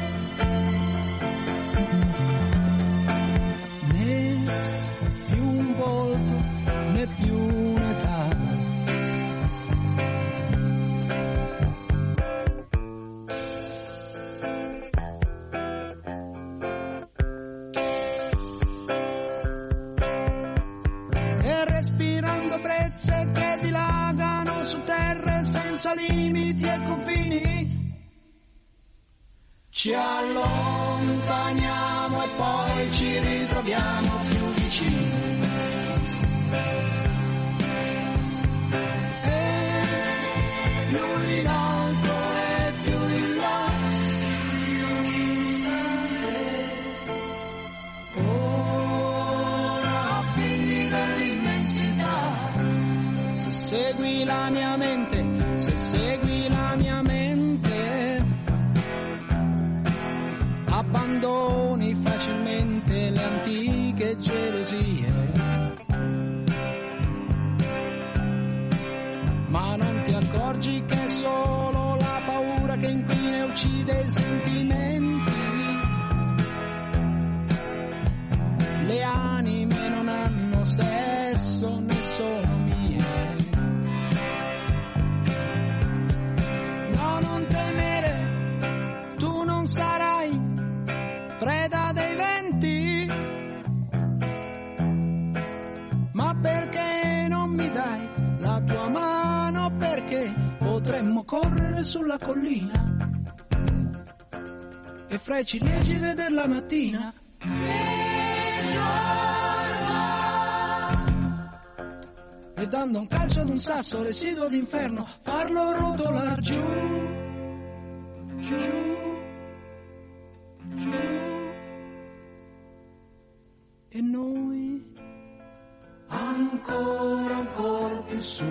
né più un volto né più un'età. Limiti e confini, ci allontaniamo e poi ci ritroviamo più vicini. E più in alto e più in là, segui la mia mente, se segui la mia mente, abbandoni facilmente le antiche gelosie. Ma non ti accorgi che è solo la paura che inquina e uccide i sentimenti. Le anime non hanno sesso né sono mie. No, non temere, tu non sarai preda dei venti. Ma perché non mi dai la tua mano? Perché potremmo correre sulla collina e fra i ciliegi veder la mattina. E dando un calcio ad un sasso residuo d'inferno farlo rotolar giù, giù, giù. E noi ancora un po' più su,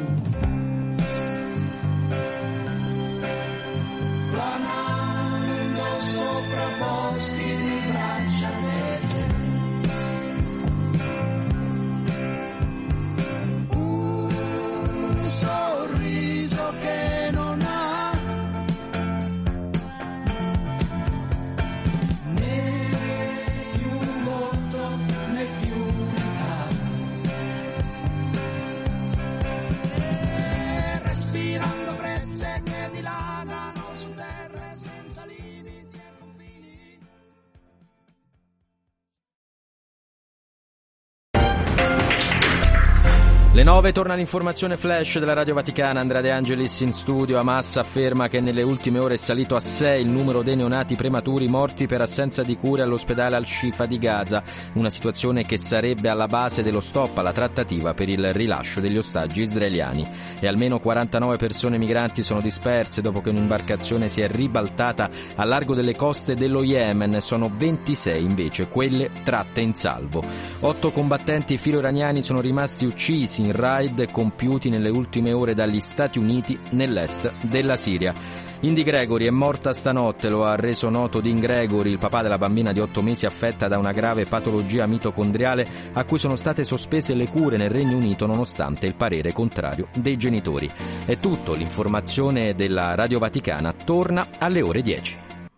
planando sopra boschi di braccia tese. Un sorriso che non ha né più un volto né più un'età. E respirando brezze che dilagano su terre senza limiti e confini. Le nove torna l'informazione flash della Radio Vaticana. Andrea De Angelis in studio. Hamas afferma che nelle ultime ore è salito a sei il numero dei neonati prematuri morti per assenza di cure all'ospedale Al-Shifa di Gaza, una situazione che sarebbe alla base dello stop alla trattativa per il rilascio degli ostaggi israeliani. E almeno quarantanove persone migranti sono disperse dopo che un'imbarcazione si è ribaltata a largo delle coste dello Yemen. Sono ventisei invece quelle tratte in salvo. Otto combattenti filo-iraniani sono rimasti uccisi in raid compiuti nelle ultime ore dagli Stati Uniti nell'est della Siria. Indy Gregory è morta stanotte, lo ha reso noto Dean Gregory, il papà della bambina di otto mesi affetta da una grave patologia mitocondriale a cui sono state sospese le cure nel Regno Unito nonostante il parere contrario dei genitori. È tutto, l'informazione della Radio Vaticana torna alle ore dieci.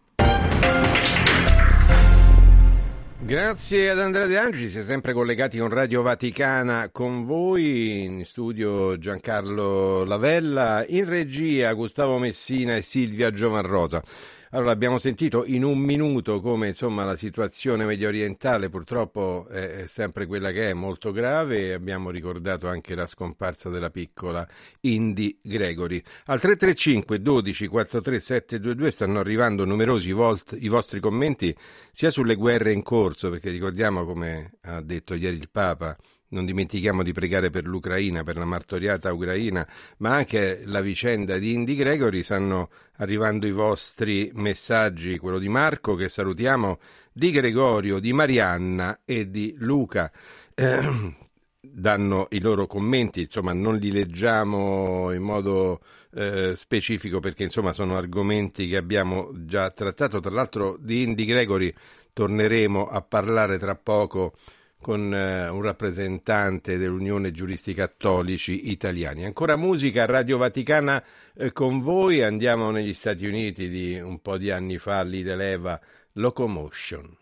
Grazie ad Andrea De Angelis, siete sempre collegati con Radio Vaticana con voi, in studio Giancarlo Lavella, in regia Gustavo Messina e Silvia Giovanrosa. Allora, abbiamo sentito in un minuto come insomma la situazione medio orientale purtroppo è sempre quella che è, molto grave, e abbiamo ricordato anche la scomparsa della piccola Indy Gregory. Al tre tre cinque dodici quarantatré settecentoventidue stanno arrivando numerosi volt- i vostri commenti sia sulle guerre in corso, perché ricordiamo, come ha detto ieri il Papa, non dimentichiamo di pregare per l'Ucraina, per la martoriata Ucraina, ma anche la vicenda di Indy Gregory. Stanno arrivando i vostri messaggi, quello di Marco, che salutiamo, di Gregorio, di Marianna e di Luca. Eh, danno i loro commenti, insomma non li leggiamo in modo eh, specifico perché insomma sono argomenti che abbiamo già trattato. Tra l'altro di Indy Gregory torneremo a parlare tra poco con eh, un rappresentante dell'Unione Giuristi Cattolici Italiani. Ancora musica, Radio Vaticana eh, con voi, andiamo negli Stati Uniti di un po' di anni fa, lì Leva, Locomotion.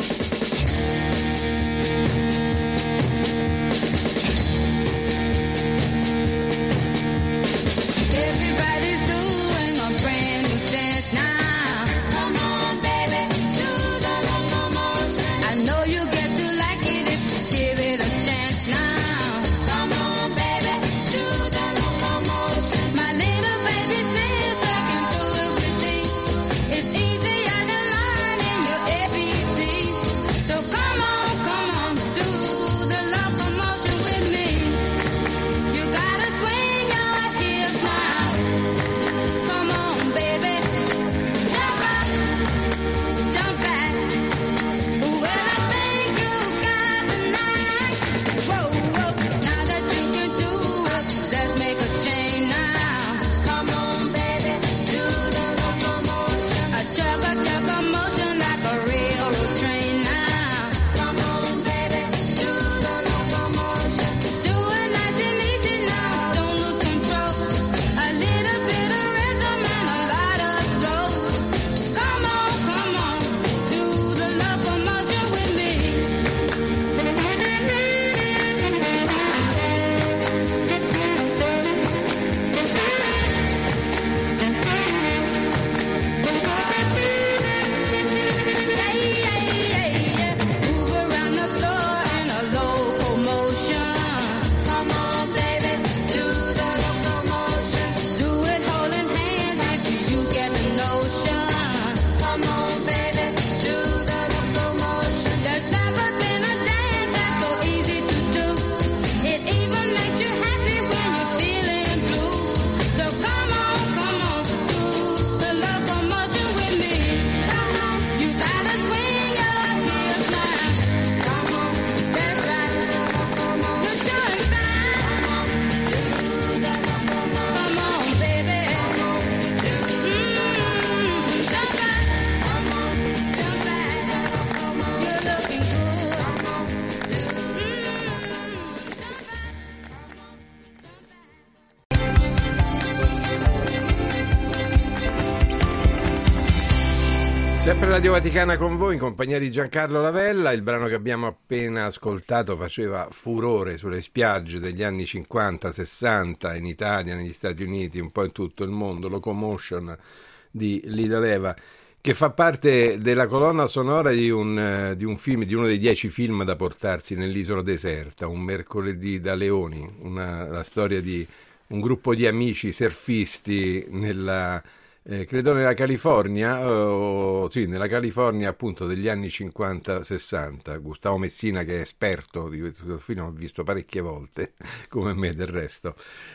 Everybody's doing a brand new dance now. Come on, baby, do the locomotion. I know you get to like it if you give it a chance now. Come on, baby, do the locomotion. My little baby sister can do it with me. It's easier than learning your A B C. Sempre Radio Vaticana con voi in compagnia di Giancarlo Lavella. Il brano che abbiamo appena ascoltato faceva furore sulle spiagge degli anni cinquanta sessanta in Italia, negli Stati Uniti, un po' in tutto il mondo. Locomotion di Lida Leva, che fa parte della colonna sonora di un, di un film, di uno dei dieci film da portarsi nell'isola deserta, Un mercoledì da leoni, una, la storia di un gruppo di amici surfisti nella Eh, credo nella California, o, sì, nella California appunto degli anni cinquanta sessanta. Gustavo Messina, che è esperto di questo film, l'ho visto parecchie volte, come me del resto.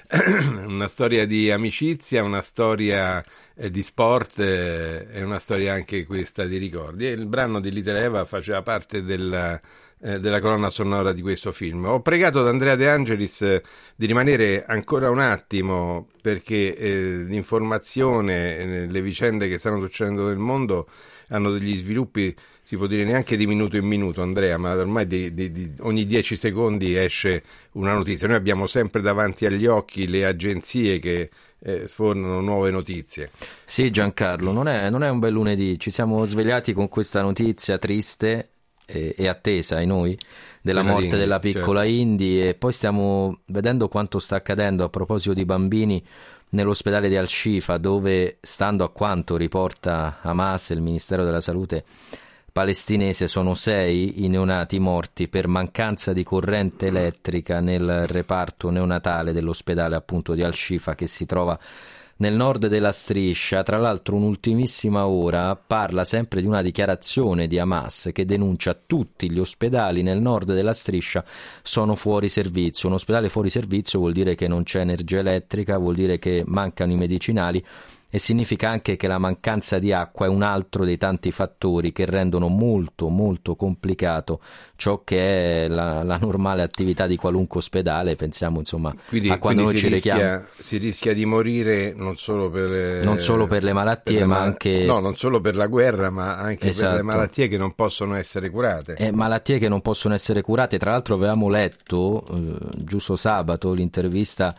Una storia di amicizia, una storia eh, di sport e eh, una storia anche questa di ricordi. E il brano di Lida Leva faceva parte della... della colonna sonora di questo film. Ho pregato ad Andrea De Angelis eh, di rimanere ancora un attimo, perché eh, l'informazione, eh, le vicende che stanno succedendo nel mondo hanno degli sviluppi, si può dire neanche di minuto in minuto, Andrea, ma ormai di, di, di, ogni dieci secondi esce una notizia. Noi abbiamo sempre davanti agli occhi le agenzie che eh, sfornano nuove notizie. Sì, Giancarlo, non è, non è un bel lunedì, ci siamo svegliati con questa notizia triste e attesa ai noi della Quella morte Indy, della piccola certo. Indy, e poi stiamo vedendo quanto sta accadendo a proposito di bambini nell'ospedale di Al-Shifa, dove, stando a quanto riporta Hamas e il Ministero della Salute palestinese, sono sei i neonati morti per mancanza di corrente elettrica nel reparto neonatale dell'ospedale appunto di Al-Shifa, che si trova nel nord della striscia. Tra l'altro, un'ultimissima ora parla sempre di una dichiarazione di Hamas che denuncia tutti gli ospedali nel nord della striscia sono fuori servizio. Un ospedale fuori servizio vuol dire che non c'è energia elettrica, vuol dire che mancano i medicinali, e significa anche che la mancanza di acqua è un altro dei tanti fattori che rendono molto molto complicato ciò che è la, la normale attività di qualunque ospedale. Pensiamo insomma quindi, a quando noi si ci rischia, rechiamo. si rischia di morire non solo per non solo per le malattie, per le ma mal- anche no, non solo per la guerra, ma anche esatto. per le malattie che non possono essere curate. Eh, malattie che non possono essere curate. Tra l'altro avevamo letto eh, giusto sabato l'intervista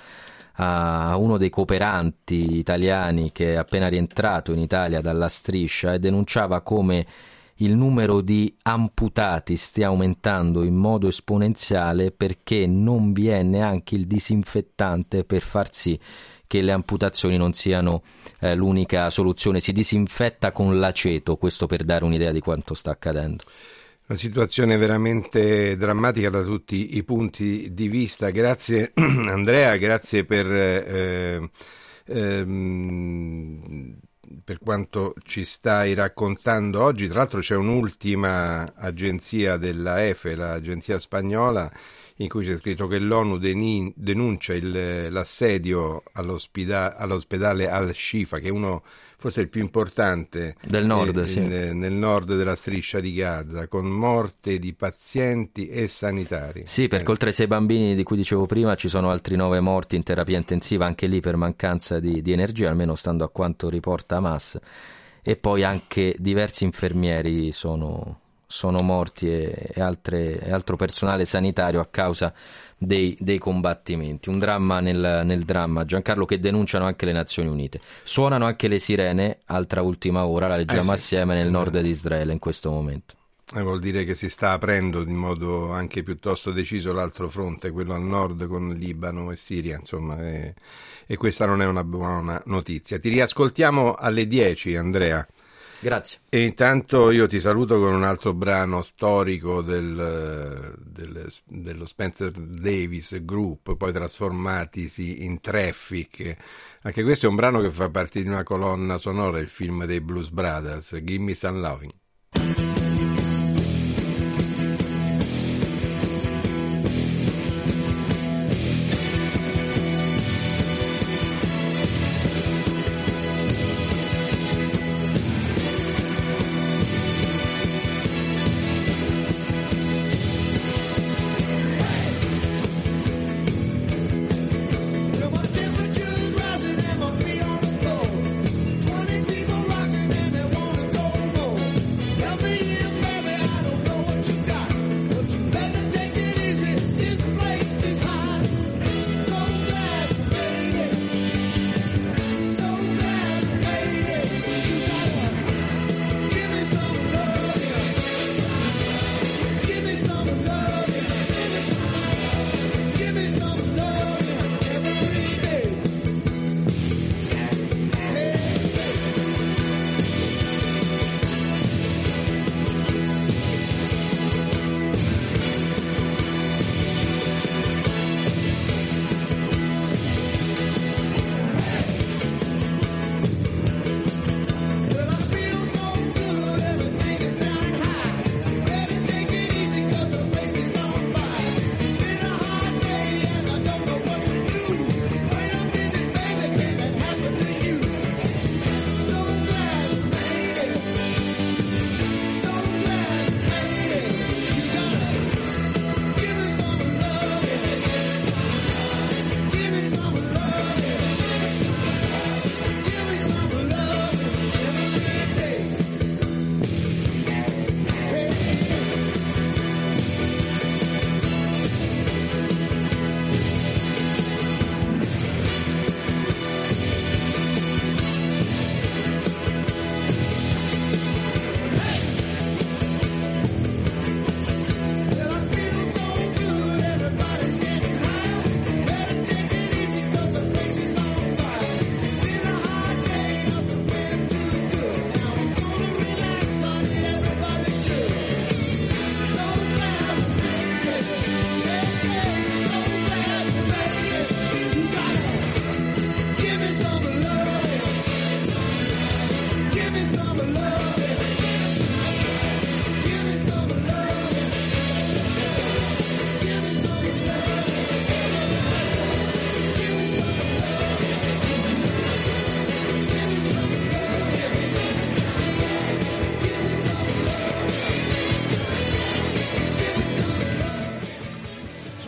a uno dei cooperanti italiani che è appena rientrato in Italia dalla striscia e denunciava come il numero di amputati stia aumentando in modo esponenziale, perché non vi è neanche il disinfettante per far sì che le amputazioni non siano eh, l'unica soluzione. Si disinfetta con l'aceto, questo per dare un'idea di quanto sta accadendo. Una situazione veramente drammatica da tutti i punti di vista. Grazie Andrea, grazie per, eh, ehm, per quanto ci stai raccontando oggi. Tra l'altro c'è un'ultima agenzia della E F E, l'agenzia spagnola, in cui c'è scritto che l'ONU deni- denuncia il, l'assedio all'ospida- all'ospedale Al-Shifa, che è uno forse il più importante del nord, eh, sì. in, nel nord della striscia di Gaza, con morte di pazienti e sanitari. Sì, perché eh. oltre ai sei bambini di cui dicevo prima ci sono altri nove morti in terapia intensiva, anche lì per mancanza di, di energia, almeno stando a quanto riporta Hamas, e poi anche diversi infermieri sono... sono morti e, e, altre, e altro personale sanitario a causa dei, dei combattimenti. Un dramma nel, nel dramma, Giancarlo, che denunciano anche le Nazioni Unite. Suonano anche le sirene, altra ultima ora, la leggiamo eh sì. assieme, nel nord di Israele in questo momento. Eh, vuol dire che si sta aprendo in modo anche piuttosto deciso l'altro fronte, quello al nord con Libano e Siria, insomma, e, e questa non è una buona notizia. Ti riascoltiamo alle dieci, Andrea. Grazie. E intanto io ti saluto con un altro brano storico del, del, dello Spencer Davis Group, poi trasformatisi in Traffic. Anche questo è un brano che fa parte di una colonna sonora, il film dei Blues Brothers, Give Me Some Loving. Twenty people rocking and they wanna go more. Help me in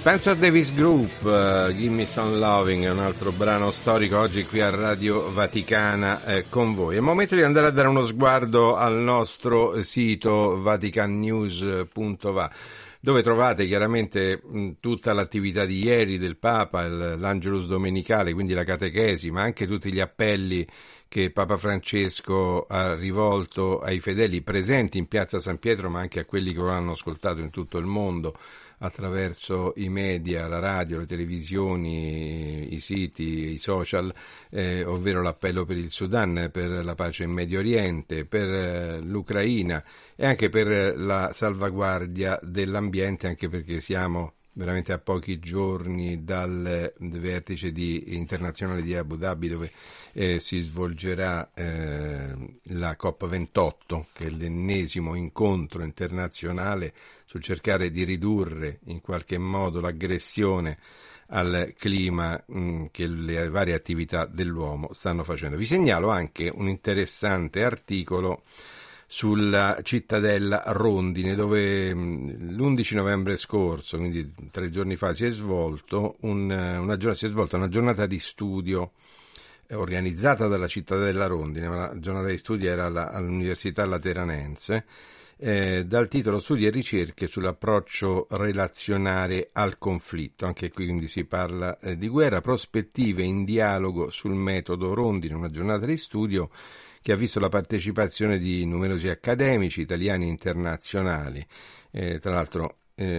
Spencer Davis Group, uh, Give Me Some Loving, è un altro brano storico oggi qui a Radio Vaticana eh, con voi. È il momento di andare a dare uno sguardo al nostro sito vatican news punto va, dove trovate chiaramente mh, tutta l'attività di ieri del Papa, il, l'Angelus Domenicale, quindi la catechesi, ma anche tutti gli appelli che Papa Francesco ha rivolto ai fedeli presenti in Piazza San Pietro, ma anche a quelli che lo hanno ascoltato in tutto il mondo attraverso i media, la radio, le televisioni, i siti, i social, eh, ovvero l'appello per il Sudan, per la pace in Medio Oriente, per eh, l'Ucraina e anche per la salvaguardia dell'ambiente, anche perché siamo veramente a pochi giorni dal vertice di, internazionale di Abu Dhabi, dove eh, si svolgerà eh, la COP ventotto, che è l'ennesimo incontro internazionale sul cercare di ridurre in qualche modo l'aggressione al clima mh, che le varie attività dell'uomo stanno facendo. Vi segnalo anche un interessante articolo sulla cittadella Rondine, dove l'undici novembre scorso, quindi tre giorni fa, si è svolto un, una, giornata, si è svolta una giornata di studio organizzata dalla cittadella Rondine, ma la giornata di studio era alla, all'Università Lateranense, eh, dal titolo Studi e ricerche sull'approccio relazionale al conflitto. Anche qui quindi si parla eh, di guerra, prospettive in dialogo sul metodo Rondine, una giornata di studio che ha visto la partecipazione di numerosi accademici italiani e internazionali. Eh, tra l'altro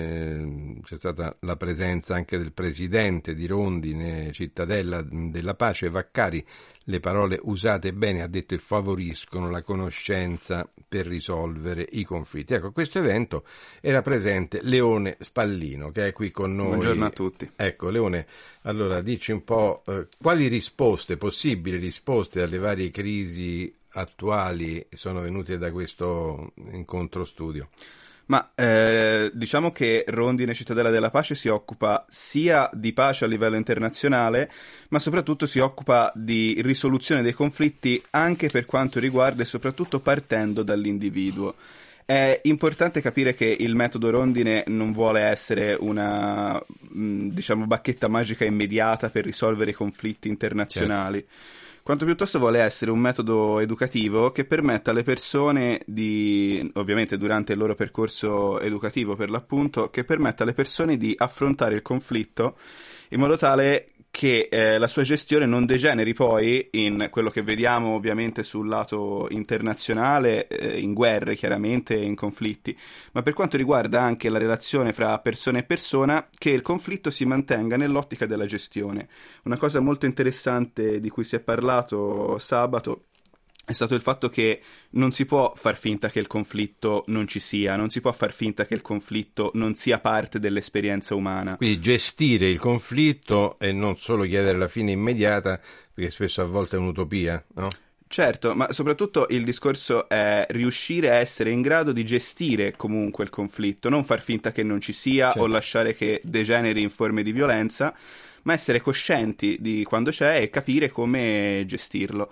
eh, c'è stata la presenza anche del presidente di Rondine, cittadella della pace, Vaccari. Le parole usate bene, ha detto, e favoriscono la conoscenza per risolvere i conflitti. Ecco, a questo evento era presente Leone Spallino, che è qui con noi. Buongiorno a tutti. Ecco, Leone, allora dici un po' eh, quali risposte, possibili risposte alle varie crisi attuali sono venute da questo incontro studio? Ma eh, diciamo che Rondine Cittadella della Pace si occupa sia di pace a livello internazionale, ma soprattutto si occupa di risoluzione dei conflitti anche per quanto riguarda e soprattutto partendo dall'individuo. È importante capire che il metodo Rondine non vuole essere una, mh, diciamo, bacchetta magica immediata per risolvere i conflitti internazionali. Certo. Quanto piuttosto vuole essere un metodo educativo che permetta alle persone di, ovviamente durante il loro percorso educativo per l'appunto, che permetta alle persone di affrontare il conflitto in modo tale che eh, la sua gestione non degeneri poi in quello che vediamo ovviamente sul lato internazionale, eh, in guerre chiaramente, in conflitti, ma per quanto riguarda anche la relazione fra persona e persona, che il conflitto si mantenga nell'ottica della gestione. Una cosa molto interessante di cui si è parlato sabato è stato il fatto che non si può far finta che il conflitto non ci sia, non si può far finta che il conflitto non sia parte dell'esperienza umana. Quindi gestire il conflitto e non solo chiedere la fine immediata, perché spesso a volte è un'utopia, no? Certo, ma soprattutto il discorso è riuscire a essere in grado di gestire comunque il conflitto, non far finta che non ci sia, certo, o lasciare che degeneri in forme di violenza, ma essere coscienti di quando c'è e capire come gestirlo.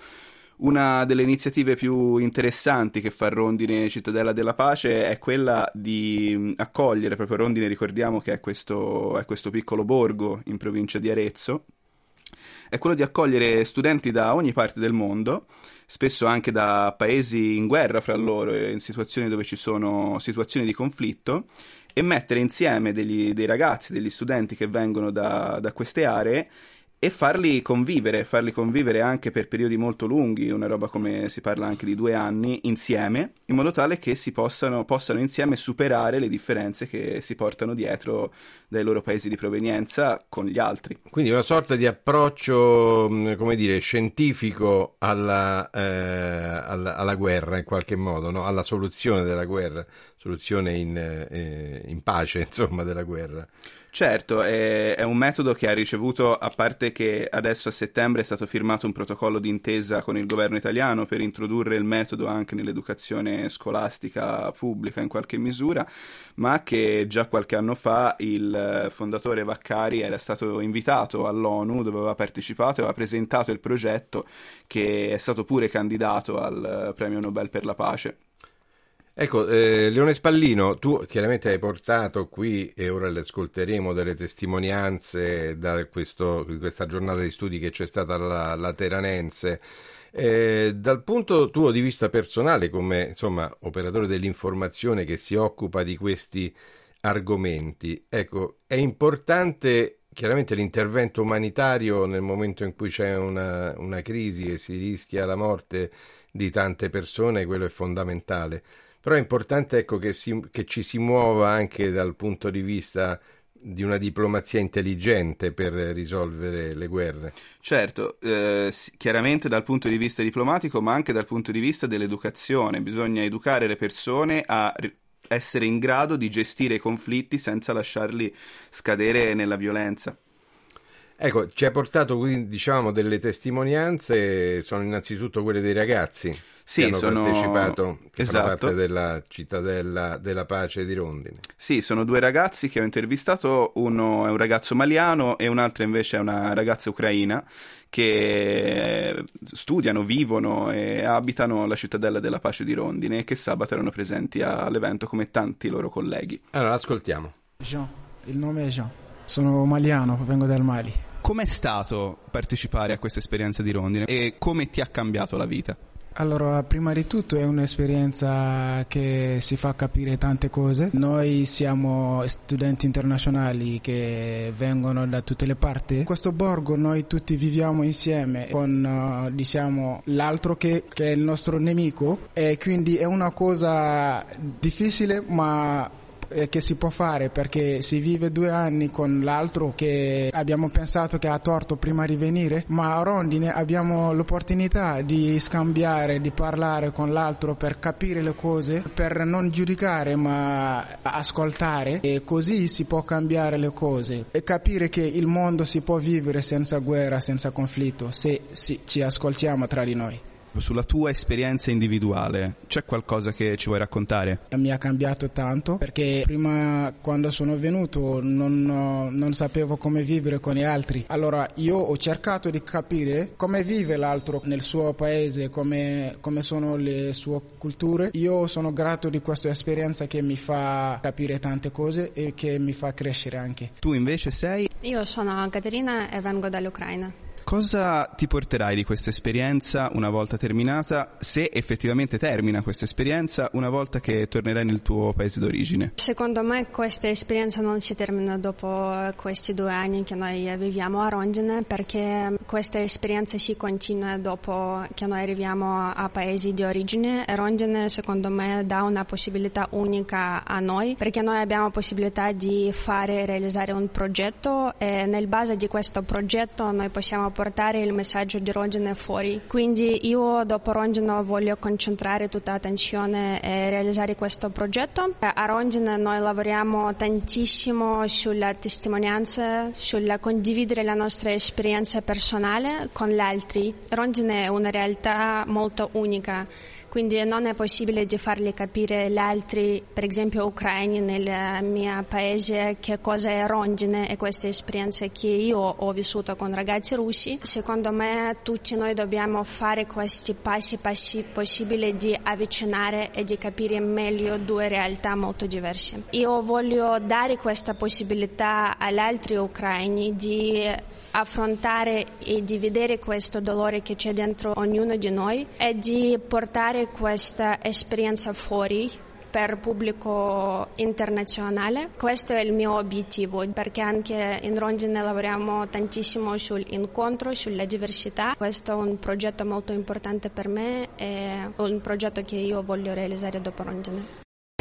Una delle iniziative più interessanti che fa Rondine Cittadella della Pace è quella di accogliere, proprio Rondine ricordiamo che è questo, è questo piccolo borgo in provincia di Arezzo, è quello di accogliere studenti da ogni parte del mondo, spesso anche da paesi in guerra fra loro, in situazioni dove ci sono situazioni di conflitto, e mettere insieme degli, dei ragazzi, degli studenti che vengono da, da queste aree e farli convivere, farli convivere anche per periodi molto lunghi, una roba come si parla anche di due anni, insieme, in modo tale che si possano, possano insieme superare le differenze che si portano dietro dai loro paesi di provenienza con gli altri. Quindi una sorta di approccio, come dire, scientifico alla, eh, alla, alla guerra in qualche modo, no? Alla soluzione della guerra, soluzione in, eh, in pace, insomma, della guerra. Certo, è, è un metodo che ha ricevuto, a parte che adesso a settembre è stato firmato un protocollo d'intesa con il governo italiano per introdurre il metodo anche nell'educazione scolastica pubblica in qualche misura, ma che già qualche anno fa il fondatore Vaccari era stato invitato all'ONU, dove aveva partecipato e aveva presentato il progetto, che è stato pure candidato al premio Nobel per la pace. Ecco, eh, Leone Spallino, tu chiaramente hai portato qui, e ora le ascolteremo, delle testimonianze da questo, di questa giornata di studi che c'è stata alla Lateranense. Eh, dal punto tuo di vista personale, come insomma operatore dell'informazione che si occupa di questi argomenti, ecco, è importante chiaramente l'intervento umanitario nel momento in cui c'è una, una crisi e si rischia la morte di tante persone, quello è fondamentale. Però è importante, ecco, che, si, che ci si muova anche dal punto di vista di una diplomazia intelligente per risolvere le guerre. Certo, eh, s- chiaramente dal punto di vista diplomatico, ma anche dal punto di vista dell'educazione. Bisogna educare le persone a ri- essere in grado di gestire i conflitti senza lasciarli scadere nella violenza. Ecco, ci ha portato qui, diciamo, delle testimonianze, sono innanzitutto quelle dei ragazzi Sì, che hanno sono- partecipato, che fanno esatto. parte della Cittadella della Pace di Rondine. Sì, sono due ragazzi che ho intervistato, uno è un ragazzo maliano e un'altra invece è una ragazza ucraina che studiano, vivono e abitano la Cittadella della Pace di Rondine e che sabato erano presenti all'evento come tanti loro colleghi. Allora, ascoltiamo. Jean, il nome è Jean. Sono maliano, vengo dal Mali. Com'è stato partecipare a questa esperienza di Rondine e come ti ha cambiato la vita? Allora, prima di tutto è un'esperienza che si fa capire tante cose. Noi siamo studenti internazionali che vengono da tutte le parti. In questo borgo noi tutti viviamo insieme con, uh, diciamo, l'altro che, che è il nostro nemico, e quindi è una cosa difficile ma eh, che si può fare, perché si vive due anni con l'altro che abbiamo pensato che ha torto prima di venire, ma a Rondine abbiamo l'opportunità di scambiare, di parlare con l'altro per capire le cose, per non giudicare ma ascoltare, e così si può cambiare le cose e capire che il mondo si può vivere senza guerra, senza conflitto, se si, ci ascoltiamo tra di noi. Sulla tua esperienza individuale, c'è qualcosa che ci vuoi raccontare? Mi ha cambiato tanto, perché prima, quando sono venuto, non, non sapevo come vivere con gli altri. Allora io ho cercato di capire come vive l'altro nel suo paese, come, come sono le sue culture. Io sono grato di questa esperienza che mi fa capire tante cose e che mi fa crescere anche. Tu invece sei? Io sono Caterina e vengo dall'Ucraina. Cosa ti porterai di questa esperienza una volta terminata, se effettivamente termina questa esperienza, una volta che tornerai nel tuo paese d'origine? Secondo me questa esperienza non si termina dopo questi due anni che noi viviamo a Rondine, perché questa esperienza si continua dopo che noi arriviamo a paesi di origine. Rondine secondo me dà una possibilità unica a noi, perché noi abbiamo possibilità di fare e realizzare un progetto, e nel base di questo progetto noi possiamo portare il messaggio di Rondine fuori. Quindi io dopo Rondine voglio concentrare tutta l'attenzione e realizzare questo progetto. A Rondine noi lavoriamo tantissimo sulla testimonianza, sulla condividere la nostra esperienza personale con gli altri. Rondine è una realtà molto unica, quindi non è possibile di farli capire gli altri, per esempio ucraini nel mio paese, che cosa è Rondine e queste esperienze che io ho vissuto con ragazzi russi. Secondo me tutti noi dobbiamo fare questi passi, passi possibili di avvicinare e di capire meglio due realtà molto diverse. Io voglio dare questa possibilità agli altri ucraini di affrontare e di vedere questo dolore che c'è dentro ognuno di noi e di portare questa esperienza fuori per pubblico internazionale. Questo è il mio obiettivo, perché anche in Rondine lavoriamo tantissimo sull'incontro, sulla diversità. Questo è un progetto molto importante per me e un progetto che io voglio realizzare dopo Rondine.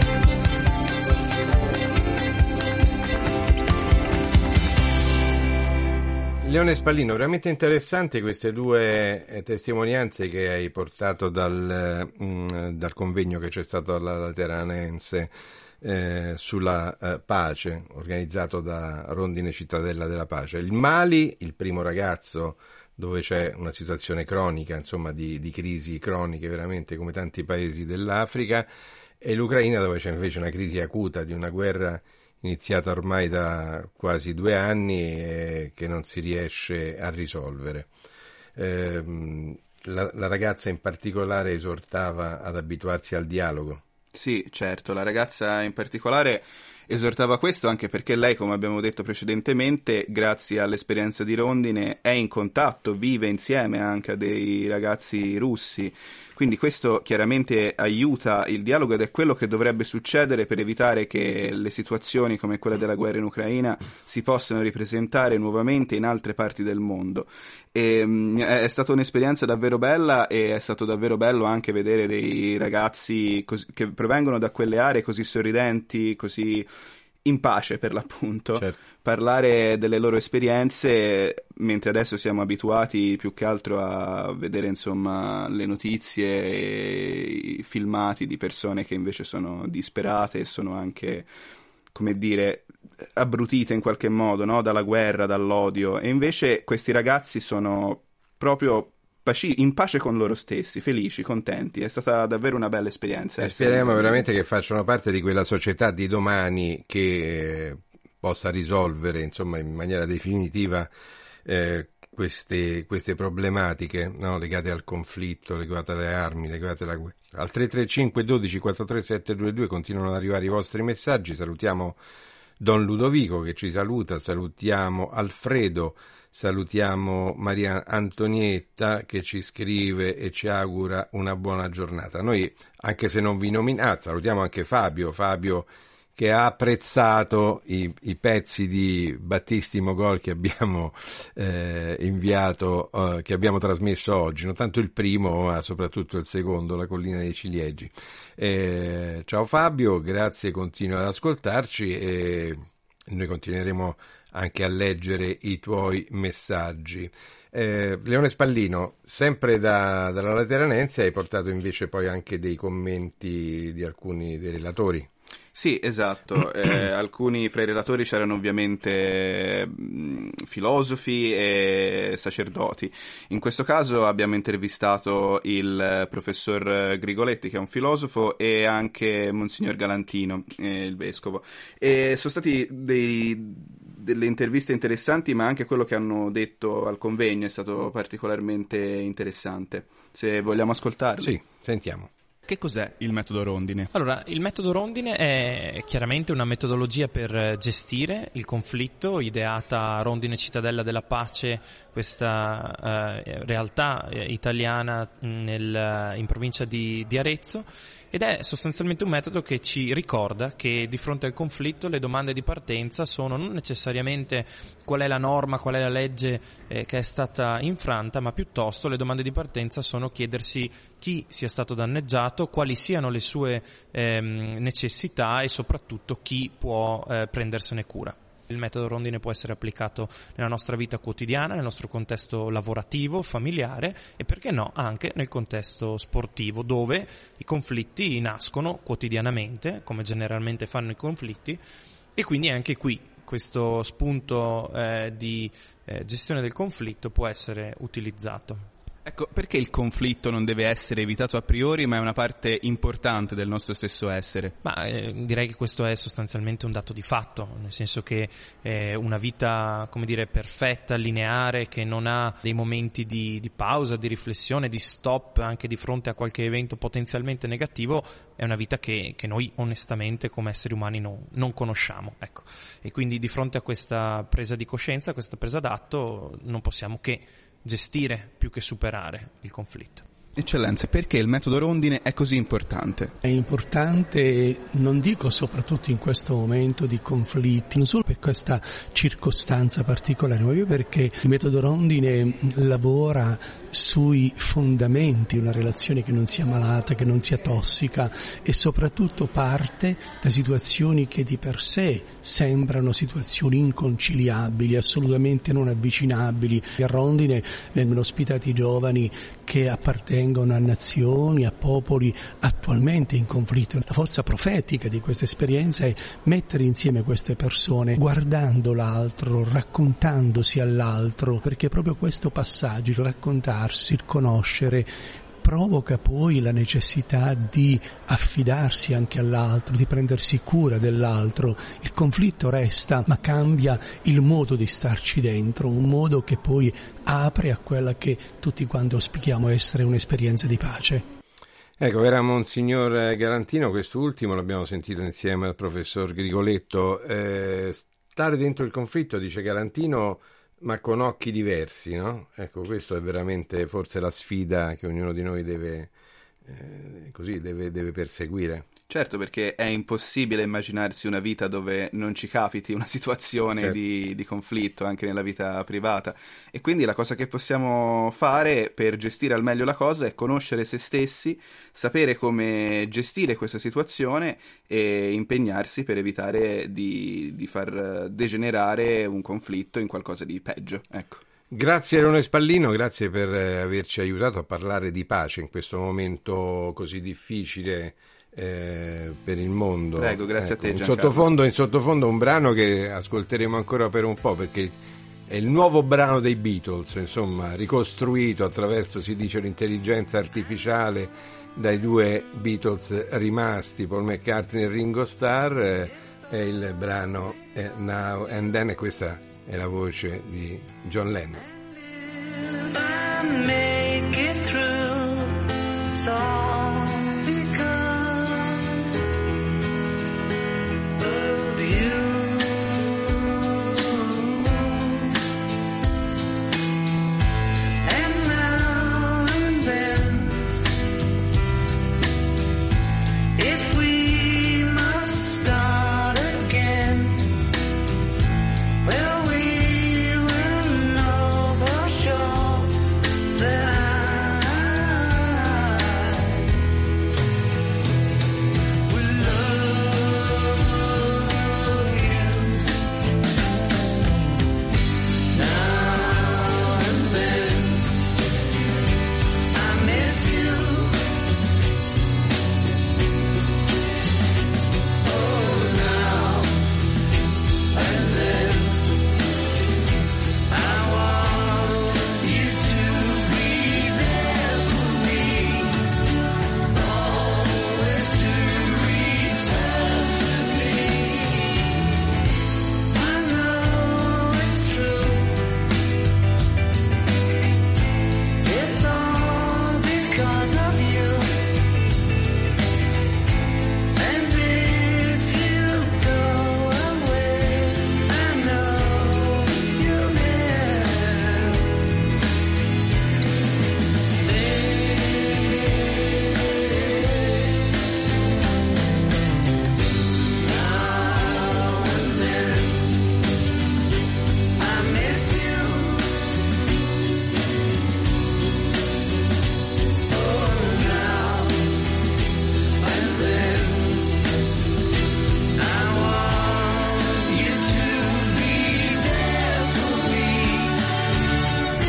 Leone Spallino, veramente interessante queste due eh, testimonianze che hai portato dal, mh, dal convegno che c'è stato alla Lateranense eh, sulla eh, pace, organizzato da Rondine Cittadella della Pace. Il Mali, il primo ragazzo dove c'è una situazione cronica, insomma di, di crisi croniche veramente come tanti paesi dell'Africa, e l'Ucraina dove c'è invece una crisi acuta di una guerra iniziata ormai da quasi due anni e che non si riesce a risolvere. Eh, la, la ragazza in particolare esortava ad abituarsi al dialogo. Sì, certo, la ragazza in particolare esortava questo anche perché lei, come abbiamo detto precedentemente, grazie all'esperienza di Rondine è in contatto, vive insieme anche a dei ragazzi russi, quindi questo chiaramente aiuta il dialogo ed è quello che dovrebbe succedere per evitare che le situazioni come quella della guerra in Ucraina si possano ripresentare nuovamente in altre parti del mondo. E, mh, è stata un'esperienza davvero bella e è stato davvero bello anche vedere dei ragazzi cos- che provengono da quelle aree così sorridenti, così in pace per l'appunto, certo. Parlare delle loro esperienze, mentre adesso siamo abituati più che altro a vedere insomma le notizie e i filmati di persone che invece sono disperate e sono anche, come dire, abbrutite in qualche modo, no? Dalla guerra, dall'odio, e invece questi ragazzi sono proprio paci- in pace con loro stessi, felici, contenti. È stata davvero una bella esperienza. E speriamo veramente che facciano parte di quella società di domani che eh, possa risolvere insomma in maniera definitiva eh, queste, queste problematiche, no? Legate al conflitto, legate alle armi, legate alla guerra. Al tre tre cinque dodici quattro sette due due continuano ad arrivare i vostri messaggi. Salutiamo Don Ludovico che ci saluta, salutiamo Alfredo, salutiamo Maria Antonietta che ci scrive e ci augura una buona giornata. Noi, anche se non vi nominate, ah, salutiamo anche Fabio, Fabio che ha apprezzato i, i pezzi di Battisti Mogol che abbiamo eh, inviato, eh, che abbiamo trasmesso oggi, non tanto il primo ma soprattutto il secondo, La collina dei ciliegi. Eh, ciao Fabio, grazie, continua ad ascoltarci e noi continueremo anche a leggere i tuoi messaggi. Eh, Leone Spallino, sempre da, dalla Lateranense hai portato invece poi anche dei commenti di alcuni dei relatori. Sì, esatto. Eh, alcuni fra i relatori c'erano ovviamente mh, filosofi e sacerdoti. In questo caso abbiamo intervistato il professor Grigoletti, che è un filosofo, e anche Monsignor Galantino, eh, il vescovo. E sono stati dei, delle interviste interessanti, ma anche quello che hanno detto al convegno è stato particolarmente interessante. Se vogliamo ascoltarlo. Sì, sentiamo. Che cos'è il metodo Rondine? Allora, il metodo Rondine è chiaramente una metodologia per gestire il conflitto, ideata a Rondine Cittadella della Pace, questa eh, realtà italiana nel, in provincia di, di Arezzo, ed è sostanzialmente un metodo che ci ricorda che di fronte al conflitto le domande di partenza sono non necessariamente qual è la norma, qual è la legge eh, che è stata infranta, ma piuttosto le domande di partenza sono chiedersi chi sia stato danneggiato, quali siano le sue ehm, necessità e soprattutto chi può eh, prendersene cura. Il metodo Rondine può essere applicato nella nostra vita quotidiana, nel nostro contesto lavorativo, familiare e, perché no, anche nel contesto sportivo, dove i conflitti nascono quotidianamente, come generalmente fanno i conflitti, e quindi anche qui questo spunto eh, di eh, gestione del conflitto può essere utilizzato. Ecco, perché il conflitto non deve essere evitato a priori, ma è una parte importante del nostro stesso essere? Ma eh, direi che questo è sostanzialmente un dato di fatto, nel senso che eh, una vita, come dire, perfetta, lineare, che non ha dei momenti di, di pausa, di riflessione, di stop anche di fronte a qualche evento potenzialmente negativo, è una vita che, che noi onestamente come esseri umani no, non conosciamo. Ecco. E quindi di fronte a questa presa di coscienza, a questa presa d'atto, non possiamo che gestire più che superare il conflitto. Eccellenze, perché il metodo Rondine è così importante? È importante, non dico soprattutto in questo momento di conflitti, non solo per questa circostanza particolare, ma proprio perché il metodo Rondine lavora sui fondamenti, una relazione che non sia malata, che non sia tossica, e soprattutto parte da situazioni che di per sé sembrano situazioni inconciliabili, assolutamente non avvicinabili. A Rondine vengono ospitati giovani che appartengono a nazioni, a popoli attualmente in conflitto. La forza profetica di questa esperienza è mettere insieme queste persone, guardando l'altro, raccontandosi all'altro, perché proprio questo passaggio, il raccontarsi, il conoscere, provoca poi la necessità di affidarsi anche all'altro, di prendersi cura dell'altro. Il conflitto resta, ma cambia il modo di starci dentro, un modo che poi apre a quella che tutti quanti auspichiamo essere un'esperienza di pace. Ecco, era Monsignor Galantino, quest'ultimo l'abbiamo sentito insieme al professor Grigoletto. Eh, stare dentro il conflitto, dice Galantino, ma con occhi diversi, no? Ecco, questo è veramente forse la sfida che ognuno di noi deve, eh, così, deve, deve perseguire. Certo, perché è impossibile immaginarsi una vita dove non ci capiti una situazione Certo. di, di conflitto anche nella vita privata, e quindi la cosa che possiamo fare per gestire al meglio la cosa è conoscere se stessi, sapere come gestire questa situazione e impegnarsi per evitare di, di far degenerare un conflitto in qualcosa di peggio, ecco. Grazie Leone Spallino, grazie per eh, averci aiutato a parlare di pace in questo momento così difficile eh, per il mondo. Prego, grazie Ecco, a te, in Giancarlo. sottofondo, in sottofondo un brano che ascolteremo ancora per un po', perché è il nuovo brano dei Beatles, insomma, ricostruito attraverso, si dice, l'intelligenza artificiale dai due Beatles rimasti, Paul McCartney e Ringo Starr. Eh, è il brano eh, Now and Then, e questa è la voce di John Lennon. I make it through, it's all because of you. And now and then, if we must start again, well, we will know for sure that I will love you. Now and then, I miss you. Oh, now and then, I want you to be there for me, always to return to me. I know it's true, it's all because of you. And if you go away, I know you'll never stay. Now and then, I miss you. Oh, now and then, I want you to be there for me.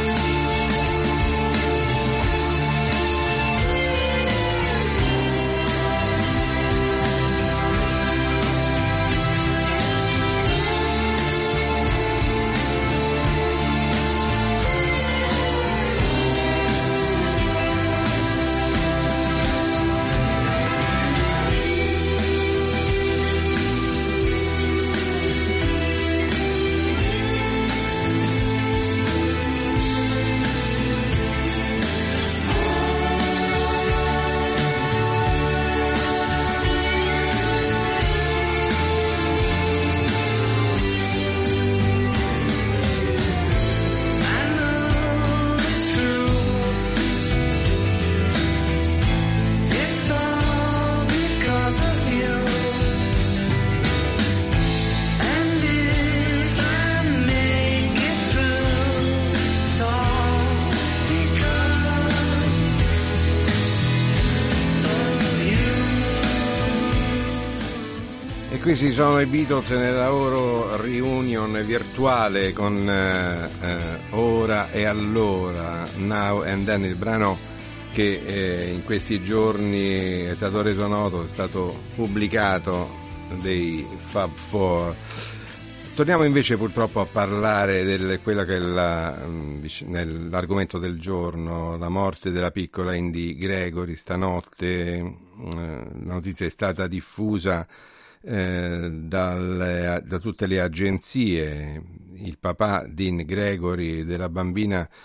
I know it's true, it's all because of you. And if I make it through, it's all because of you. E questi sono i Beatles nella loro reunion virtuale con eh, eh, Ora e Allora, Now and Then, il brano che eh, in questi giorni è stato reso noto, è stato pubblicato, dei Fab Four. Torniamo invece purtroppo a parlare di quello che è la, mh, dic- nell'argomento del giorno, la morte della piccola Indy Gregory. Stanotte mh, la notizia è stata diffusa eh, dalle- da tutte le agenzie. Il papà di Indy Gregory, della bambina,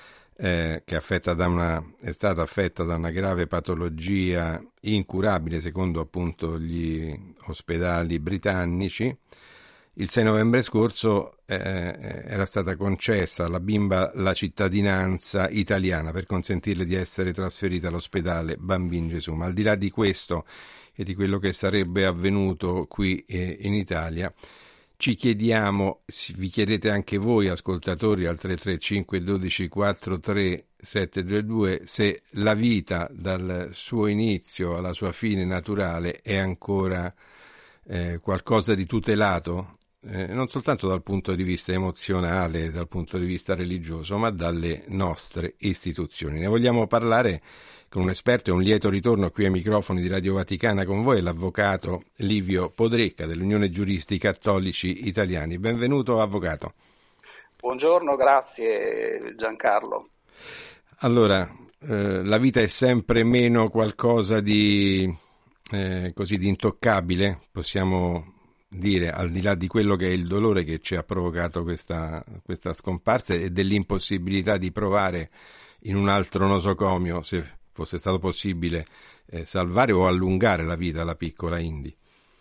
eh, che è, affetta da una, è stata affetta da una grave patologia incurabile secondo appunto gli ospedali britannici. Il sei novembre scorso eh, era stata concessa alla bimba la cittadinanza italiana per consentirle di essere trasferita all'ospedale Bambin Gesù. Ma al di là di questo e di quello che sarebbe avvenuto qui eh, in Italia, ci chiediamo, vi chiedete anche voi ascoltatori al tre tre cinque uno due quattro tre sette due due, se la vita dal suo inizio alla sua fine naturale è ancora eh, qualcosa di tutelato, eh, non soltanto dal punto di vista emozionale, dal punto di vista religioso, ma dalle nostre istituzioni. Ne vogliamo parlare con un esperto e un lieto ritorno qui ai microfoni di Radio Vaticana con voi, l'avvocato Livio Podrecca dell'Unione Giuristi Cattolici Italiani. Benvenuto, avvocato. Buongiorno, grazie Giancarlo. Allora, eh, la vita è sempre meno qualcosa di eh, così di intoccabile, possiamo dire, al di là di quello che è il dolore che ci ha provocato questa, questa scomparsa e dell'impossibilità di provare in un altro nosocomio, se fosse stato possibile, eh, salvare o allungare la vita alla piccola Indy.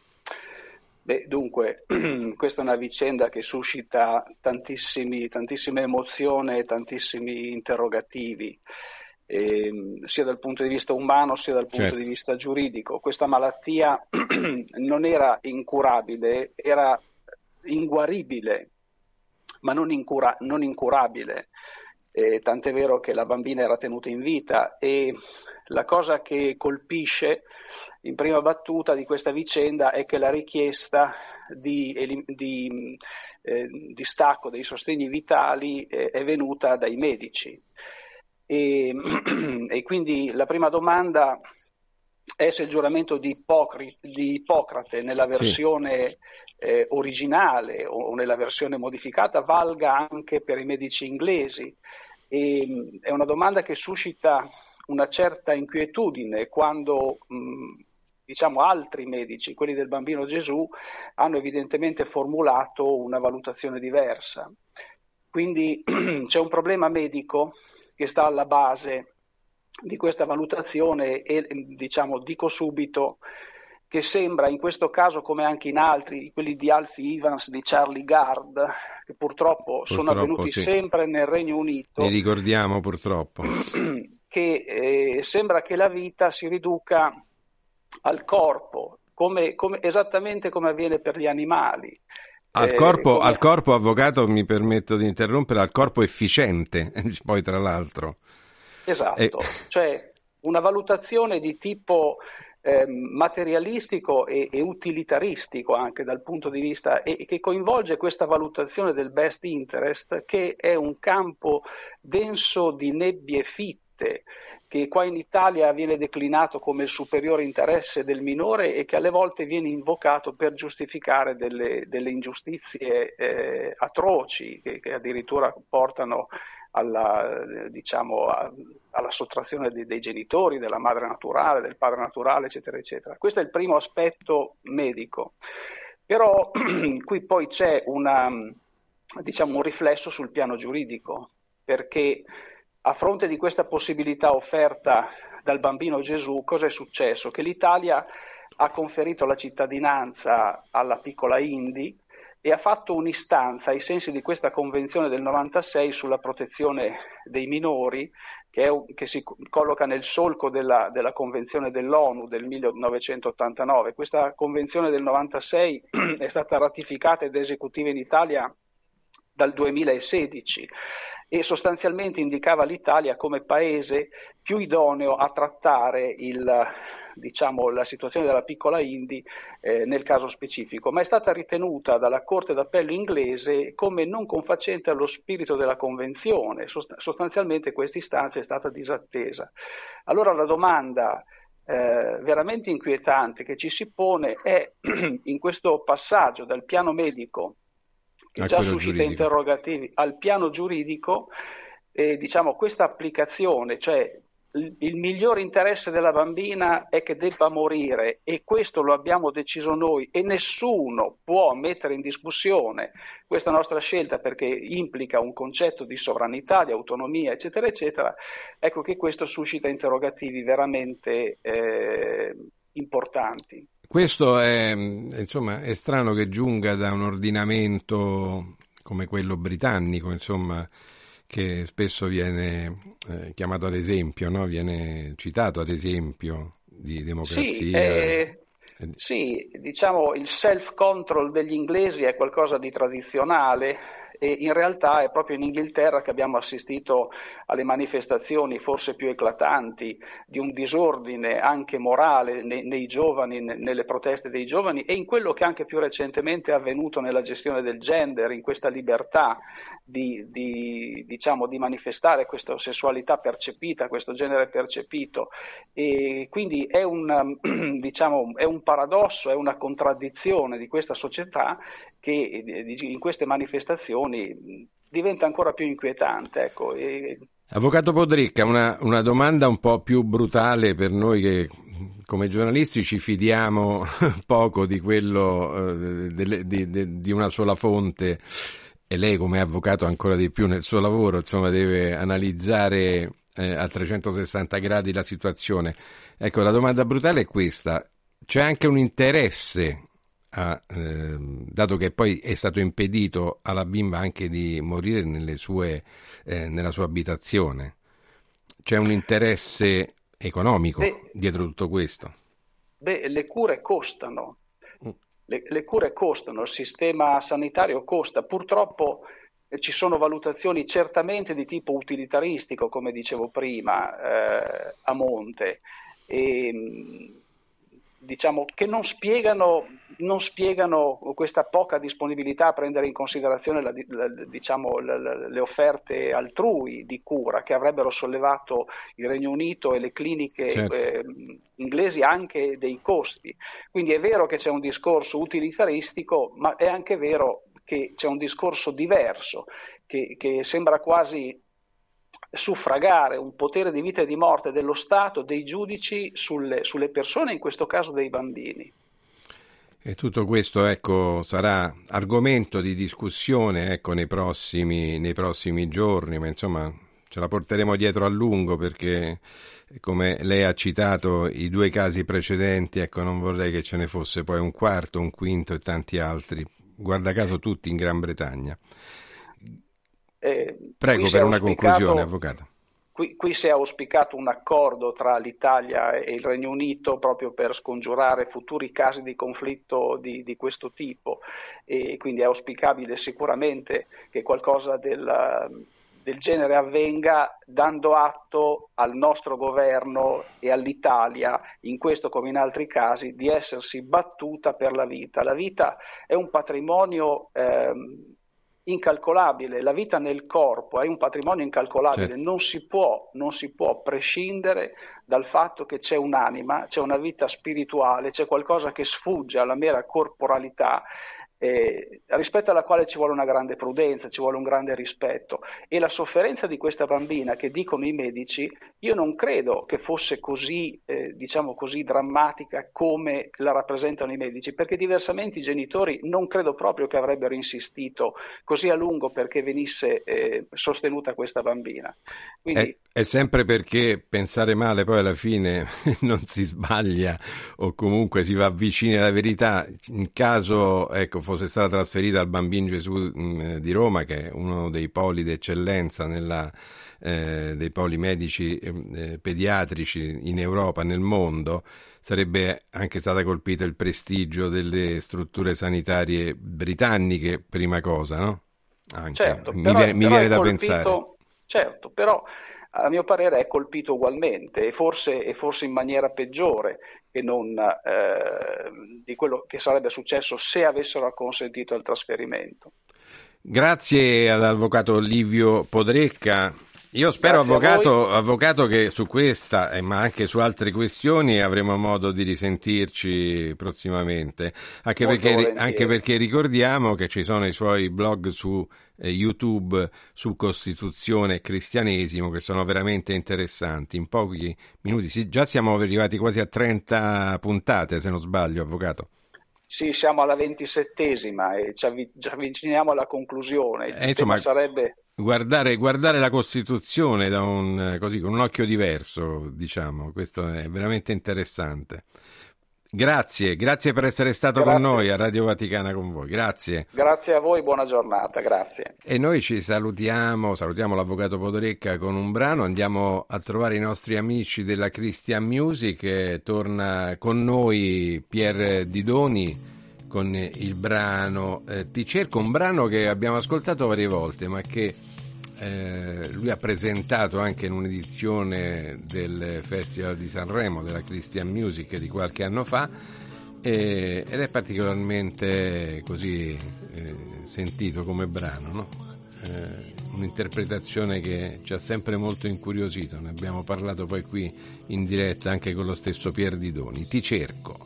Beh, dunque, questa è una vicenda che suscita tantissimi, tantissime emozioni e tantissimi interrogativi, eh, sia dal punto di vista umano sia dal punto Certo. di vista giuridico. Questa malattia non era incurabile, era inguaribile, ma non, incura- non incurabile. Eh, tant'è vero che la bambina era tenuta in vita, e la cosa che colpisce in prima battuta di questa vicenda è che la richiesta di, elim- di eh, distacco dei sostegni vitali eh, è venuta dai medici, e, e quindi la prima domanda è se il giuramento di, Ippocri- di Ippocrate nella versione sì. eh, originale o nella versione modificata valga anche per i medici inglesi. E, è una domanda che suscita una certa inquietudine quando mh, diciamo altri medici, quelli del Bambino Gesù, hanno evidentemente formulato una valutazione diversa. Quindi c'è un problema medico che sta alla base di questa valutazione e, diciamo, dico subito che sembra in questo caso, come anche in altri, quelli di Alfie Evans, di Charlie Gard, che purtroppo, purtroppo sono avvenuti sì. sempre nel Regno Unito. Ne ricordiamo purtroppo. Che eh, sembra che la vita si riduca al corpo, come, come, esattamente come avviene per gli animali. Al, eh, corpo, come... al corpo, avvocato, mi permetto di interrompere, al corpo efficiente, poi tra l'altro. Esatto, E... cioè una valutazione di tipo eh, materialistico e, e utilitaristico anche dal punto di vista, e che coinvolge questa valutazione del best interest, che è un campo denso di nebbie fitte, che qua in Italia viene declinato come il superiore interesse del minore e che alle volte viene invocato per giustificare delle, delle ingiustizie eh, atroci che, che addirittura portano alla, diciamo, a, alla sottrazione dei, dei genitori, della madre naturale, del padre naturale, eccetera, eccetera. Questo è il primo aspetto medico. Però qui poi c'è una, diciamo, un riflesso sul piano giuridico, perché a fronte di questa possibilità offerta dal Bambino Gesù, cosa è successo? Che l'Italia ha conferito la cittadinanza alla piccola Indy e ha fatto un'istanza ai sensi di questa convenzione del novantasei sulla protezione dei minori, che, è, che si colloca nel solco della, della convenzione dell'ONU del millenovecentottantanove. Questa convenzione del novantasei è stata ratificata ed esecutiva in Italia dal duemilasedici e sostanzialmente indicava l'Italia come paese più idoneo a trattare il, diciamo, la situazione della piccola Indy eh, nel caso specifico, ma è stata ritenuta dalla Corte d'Appello inglese come non confacente allo spirito della Convenzione. Sost- sostanzialmente questa istanza è stata disattesa. Allora la domanda eh, veramente inquietante che ci si pone è in questo passaggio dal piano medico, che già suscita giuridico. interrogativi, al piano giuridico, eh, diciamo questa applicazione, cioè il, il miglior interesse della bambina è che debba morire, e questo lo abbiamo deciso noi, e nessuno può mettere in discussione questa nostra scelta perché implica un concetto di sovranità, di autonomia, eccetera, eccetera. Ecco che questo suscita interrogativi veramente eh, importanti. Questo è, insomma, è strano che giunga da un ordinamento come quello britannico, insomma, che spesso viene eh, chiamato ad esempio, no? Viene citato ad esempio di democrazia. Sì, eh, sì, diciamo il self-control degli inglesi è qualcosa di tradizionale, e in realtà è proprio in Inghilterra che abbiamo assistito alle manifestazioni forse più eclatanti di un disordine anche morale nei, nei giovani, nelle proteste dei giovani, e in quello che anche più recentemente è avvenuto nella gestione del gender, in questa libertà di, di, diciamo, di manifestare questa sessualità percepita, questo genere percepito. E quindi è un, diciamo, è un paradosso, è una contraddizione di questa società che in queste manifestazioni diventa ancora più inquietante. Ecco. E... Avvocato Podrecca, una, una domanda un po' più brutale per noi che come giornalisti ci fidiamo poco di quello, eh, de, de, de, di una sola fonte, e lei come avvocato ancora di più nel suo lavoro, insomma, deve analizzare eh, a trecentosessanta gradi la situazione. Ecco, la domanda brutale è questa: c'è anche un interesse A, eh, dato che poi è stato impedito alla bimba anche di morire nelle sue, eh, nella sua abitazione, c'è un interesse economico beh, dietro tutto questo? Beh, le cure costano, le, le cure costano, il sistema sanitario costa, purtroppo eh, ci sono valutazioni certamente di tipo utilitaristico, come dicevo prima, eh, a monte, e diciamo che non spiegano, non spiegano questa poca disponibilità a prendere in considerazione la, la, diciamo, la, la, le offerte altrui di cura che avrebbero sollevato il Regno Unito e le cliniche certo. eh, inglesi anche dei costi. Quindi è vero che c'è un discorso utilitaristico, ma è anche vero che c'è un discorso diverso che, che sembra quasi suffragare un potere di vita e di morte dello Stato, dei giudici sulle, sulle persone, in questo caso dei bambini. E tutto questo, ecco, sarà argomento di discussione, ecco, nei prossimi, nei prossimi giorni, ma insomma ce la porteremo dietro a lungo, perché come lei ha citato i due casi precedenti, ecco, non vorrei che ce ne fosse poi un quarto, un quinto e tanti altri, guarda caso tutti in Gran Bretagna. Eh, Prego, per una conclusione, avvocato. Qui, qui si è auspicato un accordo tra l'Italia e il Regno Unito proprio per scongiurare futuri casi di conflitto di, di questo tipo, e quindi è auspicabile sicuramente che qualcosa del, del genere avvenga, dando atto al nostro governo e all'Italia, in questo come in altri casi, di essersi battuta per la vita. La vita è un patrimonio ehm, incalcolabile, la vita nel corpo è un patrimonio incalcolabile, certo. non si può, non si può prescindere dal fatto che c'è un'anima, c'è una vita spirituale, c'è qualcosa che sfugge alla mera corporalità, eh, rispetto alla quale ci vuole una grande prudenza, ci vuole un grande rispetto, e la sofferenza di questa bambina, che dicono i medici, io non credo che fosse così, eh, diciamo così drammatica come la rappresentano i medici, perché diversamente i genitori non credo proprio che avrebbero insistito così a lungo perché venisse eh, sostenuta questa bambina. Quindi, è, è sempre perché pensare male poi alla fine non si sbaglia, o comunque si va vicini alla verità. In caso, ecco, fosse stata trasferita al Bambin Gesù mh, di Roma, che è uno dei poli d'eccellenza nella, eh, dei poli medici eh, pediatrici in Europa, nel mondo, sarebbe anche stata colpito il prestigio delle strutture sanitarie britanniche, prima cosa, no? Anche. Certo, mi però, viene, mi però viene è da colpito, pensare. Certo, però a mio parere è colpito ugualmente, e forse, e forse in maniera peggiore che non eh, di quello che sarebbe successo se avessero consentito il trasferimento. Grazie all'avvocato Livio Podrecca. Io spero, Grazie a avvocato, avvocato, che su questa, eh, ma anche su altre questioni, avremo modo di risentirci prossimamente, anche Molto perché, volentieri. anche perché ricordiamo che ci sono i suoi blog su eh, YouTube su Costituzione e Cristianesimo, che sono veramente interessanti. In pochi minuti, sì, già siamo arrivati quasi a trenta puntate, se non sbaglio, avvocato. Sì, siamo alla ventisettesima e ci avvi- ci avviciniamo alla conclusione. Il Eh, insomma, tema sarebbe... Guardare, guardare la Costituzione da un, così, con un occhio diverso, diciamo, questo è veramente interessante. Grazie, grazie per essere stato Grazie. con noi a Radio Vaticana con voi, grazie. Grazie a voi, buona giornata, grazie. E noi ci salutiamo, salutiamo l'avvocato Podorecca con un brano, andiamo a trovare i nostri amici della Christian Music, e torna con noi Pier Didoni con il brano eh, Ti cerco, un brano che abbiamo ascoltato varie volte, ma che eh, lui ha presentato anche in un'edizione del Festival di Sanremo della Christian Music di qualche anno fa, e, ed è particolarmente così eh, sentito come brano, no? Eh, un'interpretazione che ci ha sempre molto incuriosito, ne abbiamo parlato poi qui in diretta anche con lo stesso Pier Didoni. Ti cerco.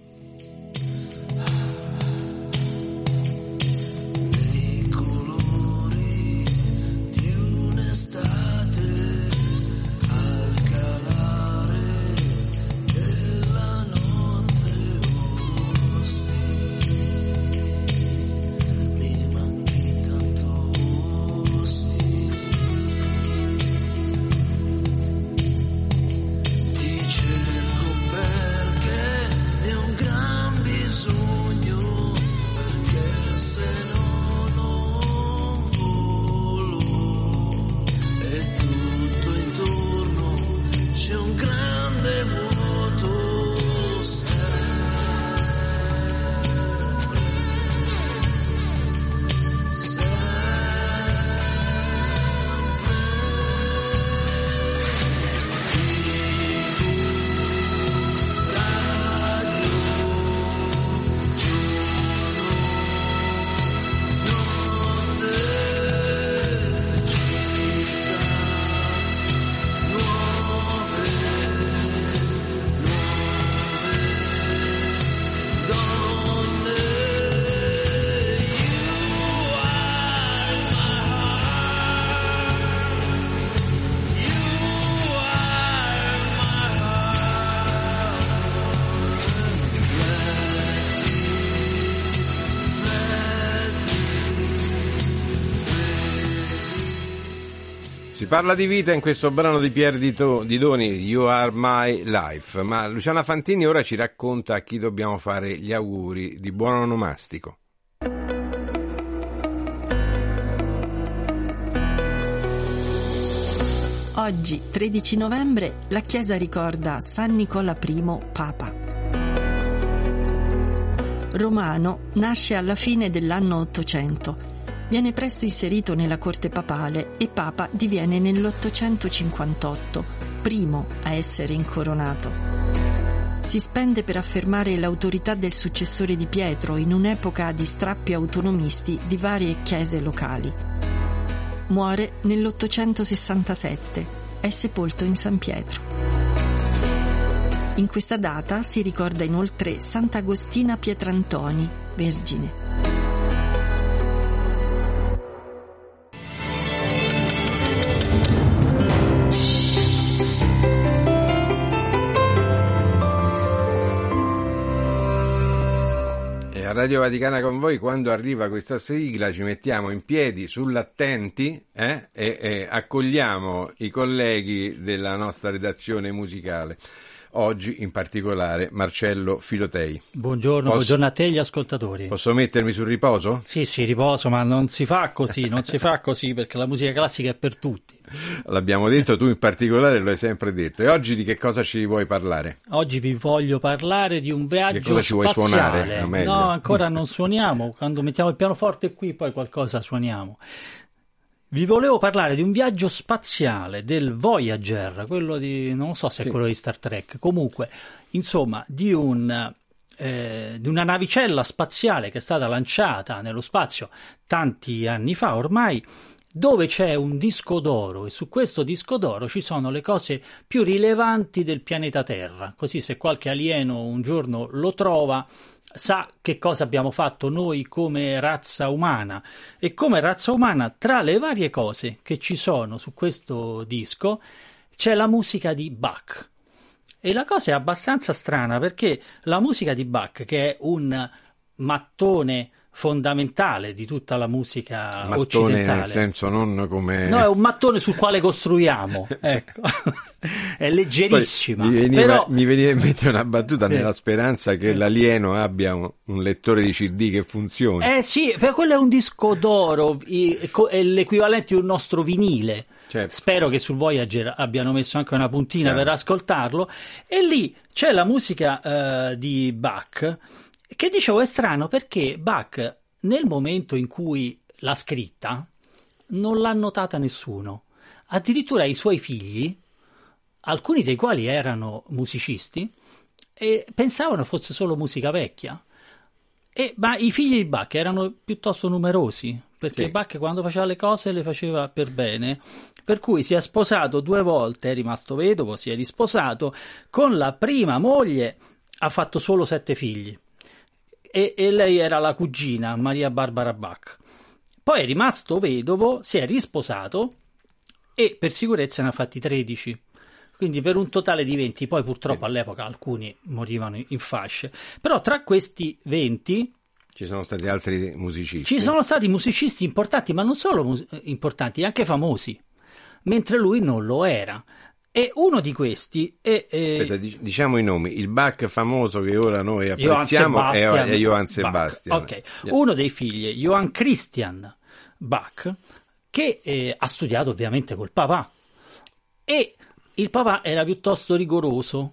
Si parla di vita in questo brano di Pier Dito- Didoni, You Are My Life, ma Luciana Fantini ora ci racconta a chi dobbiamo fare gli auguri di buon onomastico. Oggi, tredici novembre, la Chiesa ricorda San Nicola I Papa. Romano, nasce alla fine dell'anno ottocento. Viene presto inserito nella corte papale e papa diviene nell'ottocentocinquantotto, primo a essere incoronato. Si spende per affermare l'autorità del successore di Pietro in un'epoca di strappi autonomisti di varie chiese locali. Muore nell'ottocentosessantasette, è sepolto in San Pietro. In questa data si ricorda inoltre Sant'Agostina Pietrantoni, vergine. A Radio Vaticana con voi, quando arriva questa sigla ci mettiamo in piedi sull'attenti eh, e, e accogliamo i colleghi della nostra redazione musicale. Oggi in particolare Marcello Filotei. Buongiorno, Posso... buongiorno a te e agli ascoltatori. Posso mettermi sul riposo? Sì, sì, riposo, ma non si fa così, non si fa così perché la musica classica è per tutti. L'abbiamo detto, tu in particolare lo hai sempre detto. E oggi di che cosa ci vuoi parlare? Oggi vi voglio parlare di un viaggio che cosa ci vuoi spaziale. suonare? No, meglio. No, ancora non suoniamo, quando mettiamo il pianoforte qui poi qualcosa suoniamo. Vi volevo parlare di un viaggio spaziale del Voyager, quello di, non so se è sì. quello di Star Trek, comunque, insomma, di un eh, di una navicella spaziale che è stata lanciata nello spazio tanti anni fa ormai, dove c'è un disco d'oro e su questo disco d'oro ci sono le cose più rilevanti del pianeta Terra, così se qualche alieno un giorno lo trova sa che cosa abbiamo fatto noi come razza umana. E come razza umana, tra le varie cose che ci sono su questo disco c'è la musica di Bach. E la cosa è abbastanza strana perché la musica di Bach, che è un mattone fondamentale di tutta la musica mattone occidentale, nel senso non come no, è un mattone sul quale costruiamo, ecco. È leggerissima. Poi mi, veniva, però... mi veniva in mente una battuta eh. nella speranza che l'alieno abbia un, un lettore di C D che funzioni. Eh sì, per quello è un disco d'oro, è l'equivalente di un nostro vinile. Certo. Spero che sul Voyager abbiano messo anche una puntina Chiaro. per ascoltarlo. E lì c'è la musica uh, di Bach, che dicevo è strano perché Bach nel momento in cui l'ha scritta non l'ha notata nessuno. Addirittura i suoi figli, alcuni dei quali erano musicisti, e pensavano fosse solo musica vecchia. E, ma i figli di Bach erano piuttosto numerosi, perché Sì. Bach quando faceva le cose le faceva per bene, per cui si è sposato due volte, è rimasto vedovo, si è risposato, con la prima moglie ha fatto solo sette figli, e, e lei era la cugina, Maria Barbara Bach. Poi è rimasto vedovo, si è risposato e per sicurezza ne ha fatti tredici. Quindi per un totale di venti, poi purtroppo all'epoca alcuni morivano in fasce. Però tra questi venti ci sono stati altri musicisti. ci sono stati musicisti importanti, ma non solo mus- importanti, anche famosi, mentre lui non lo era. E uno di questi è... è... Aspetta, dic- diciamo i nomi. Il Bach famoso che ora noi Johann apprezziamo è, Sebastian è Johann Bach. Sebastian. Ok, uno dei figli, Johann Christian Bach, che eh, ha studiato ovviamente col papà. E il papà era piuttosto rigoroso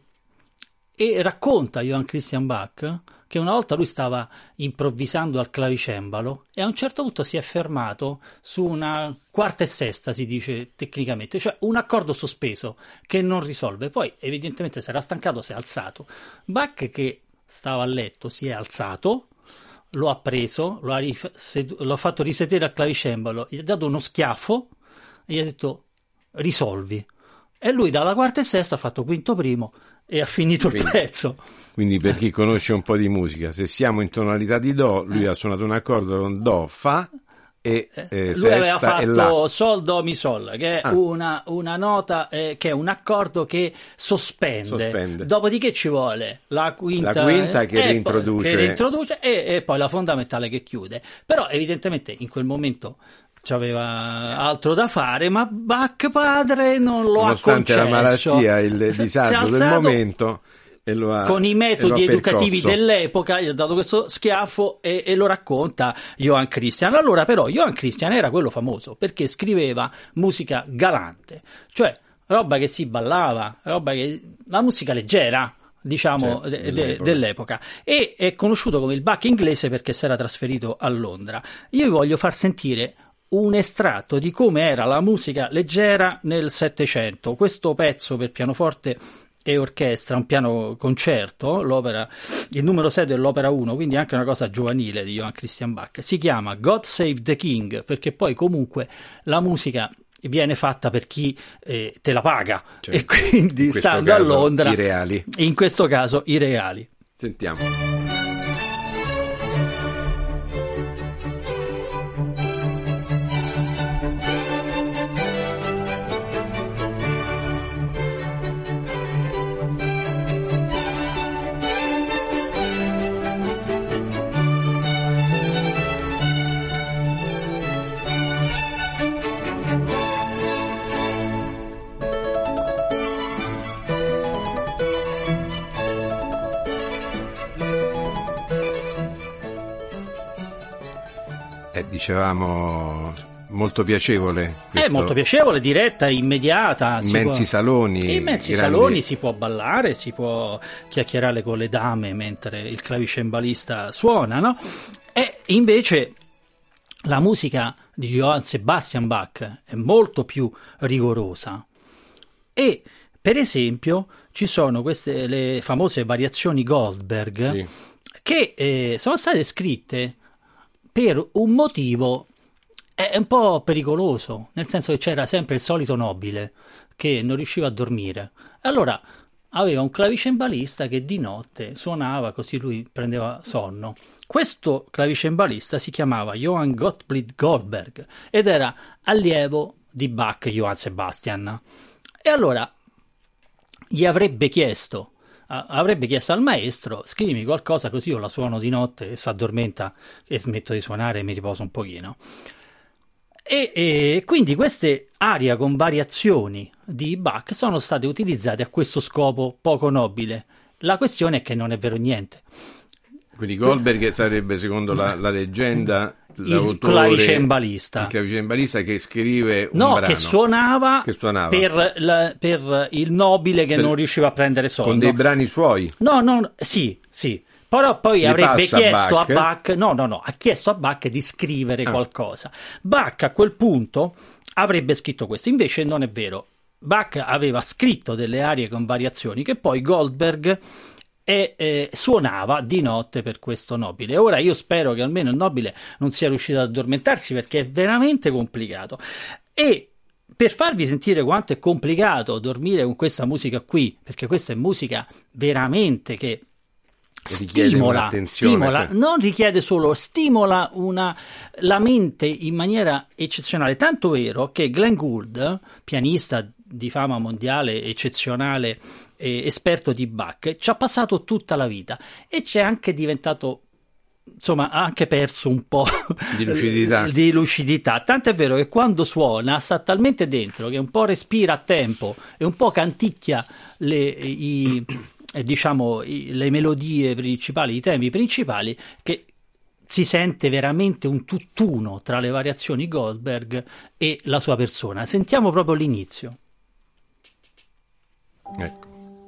e racconta Johann Christian Bach che una volta lui stava improvvisando al clavicembalo e a un certo punto si è fermato su una quarta e sesta, si dice tecnicamente, cioè un accordo sospeso che non risolve. Poi evidentemente si era stancato, si è alzato. Bach, che stava a letto, si è alzato, lo ha preso, lo ha, rif- lo ha fatto risedere al clavicembalo, gli ha dato uno schiaffo e gli ha detto risolvi. E lui dalla quarta e sesta ha fatto quinto primo e ha finito Quindi, il pezzo. Quindi per chi conosce un po' di musica, se siamo in tonalità di Do, lui ha suonato un accordo con Do, Fa e eh, Lui aveva sesta e La. fatto Sol, Do, Mi, Sol, che è Ah. una, una nota, eh, che è un accordo che sospende. Sospende. Dopodiché ci vuole la quinta, La quinta che eh, reintroduce. che reintroduce e, e poi la fondamentale che chiude. Però evidentemente in quel momento c'aveva altro da fare, ma Bach padre non lo Nonostante ha la concesso. malattia, il Si è disagio del alzato momento, e lo ha, con i e metodi lo ha educativi percosso. dell'epoca, gli ha dato questo schiaffo e, e lo racconta Johann Christian. Allora però Johann Christian era quello famoso perché scriveva musica galante, cioè roba che si ballava, roba che la musica leggera, diciamo, Certo, de- de- dell'epoca. dell'epoca, e è conosciuto come il Bach inglese perché si era trasferito a Londra. Io vi voglio far sentire un estratto di come era la musica leggera nel Settecento. Questo pezzo per pianoforte e orchestra, un piano concerto, l'opera, il numero sei dell'opera uno, quindi anche una cosa giovanile di Johann Christian Bach, si chiama God Save the King, perché poi comunque la musica viene fatta per chi eh, te la paga, Certo. e quindi In questo stando a caso, Londra, i reali. in questo caso i reali. Sentiamo. Eh, dicevamo molto piacevole È questo- molto piacevole, diretta, immediata. si immensi può- saloni, immensi grandi- saloni, si può ballare, si può chiacchierare con le dame mentre il clavicembalista suona, no? E invece la musica di Johann Sebastian Bach è molto più rigorosa. E per esempio ci sono queste le famose variazioni Goldberg, Sì. che eh, sono state scritte per un motivo è un po' pericoloso, nel senso che c'era sempre il solito nobile che non riusciva a dormire. Allora aveva un clavicembalista che di notte suonava, così lui prendeva sonno. Questo clavicembalista si chiamava Johann Gottlieb Goldberg ed era allievo di Bach, Johann Sebastian. E allora gli avrebbe chiesto avrebbe chiesto al maestro: scrivimi qualcosa così io la suono di notte e si addormenta e smetto di suonare e mi riposo un pochino. E, e quindi queste arie con variazioni di Bach sono state utilizzate a questo scopo poco nobile. La questione è che non è vero niente. Quindi Goldberg sarebbe, secondo la, la leggenda, il clavicembalista. Il clavicembalista che scrive un no, brano. Che suonava, che suonava. Per, la, per il nobile che per, non riusciva a prendere sonno. Con dei brani suoi. No, no, sì, sì. Però poi Li avrebbe chiesto a Bach. a Bach, no, no, no, ha chiesto a Bach di scrivere ah. qualcosa. Bach a quel punto avrebbe scritto questo, invece non è vero. Bach aveva scritto delle arie con variazioni che poi Goldberg e eh, suonava di notte per questo nobile. Ora io spero che almeno il nobile non sia riuscito ad addormentarsi, perché è veramente complicato. E per farvi sentire quanto è complicato dormire con questa musica qui, perché questa è musica veramente che stimola, stimola sì. non richiede solo, stimola una, la mente in maniera eccezionale, tanto vero che Glenn Gould, pianista di fama mondiale, eccezionale, eh, esperto di Bach, ci ha passato tutta la vita e c'è anche diventato, insomma, ha anche perso un po' di lucidità. di lucidità. Tanto è vero che quando suona sta talmente dentro che un po' respira a tempo e un po' canticchia le, i, diciamo, i, le melodie principali, i temi principali, che si sente veramente un tutt'uno tra le variazioni Goldberg e la sua persona. Sentiamo proprio l'inizio. Ecco.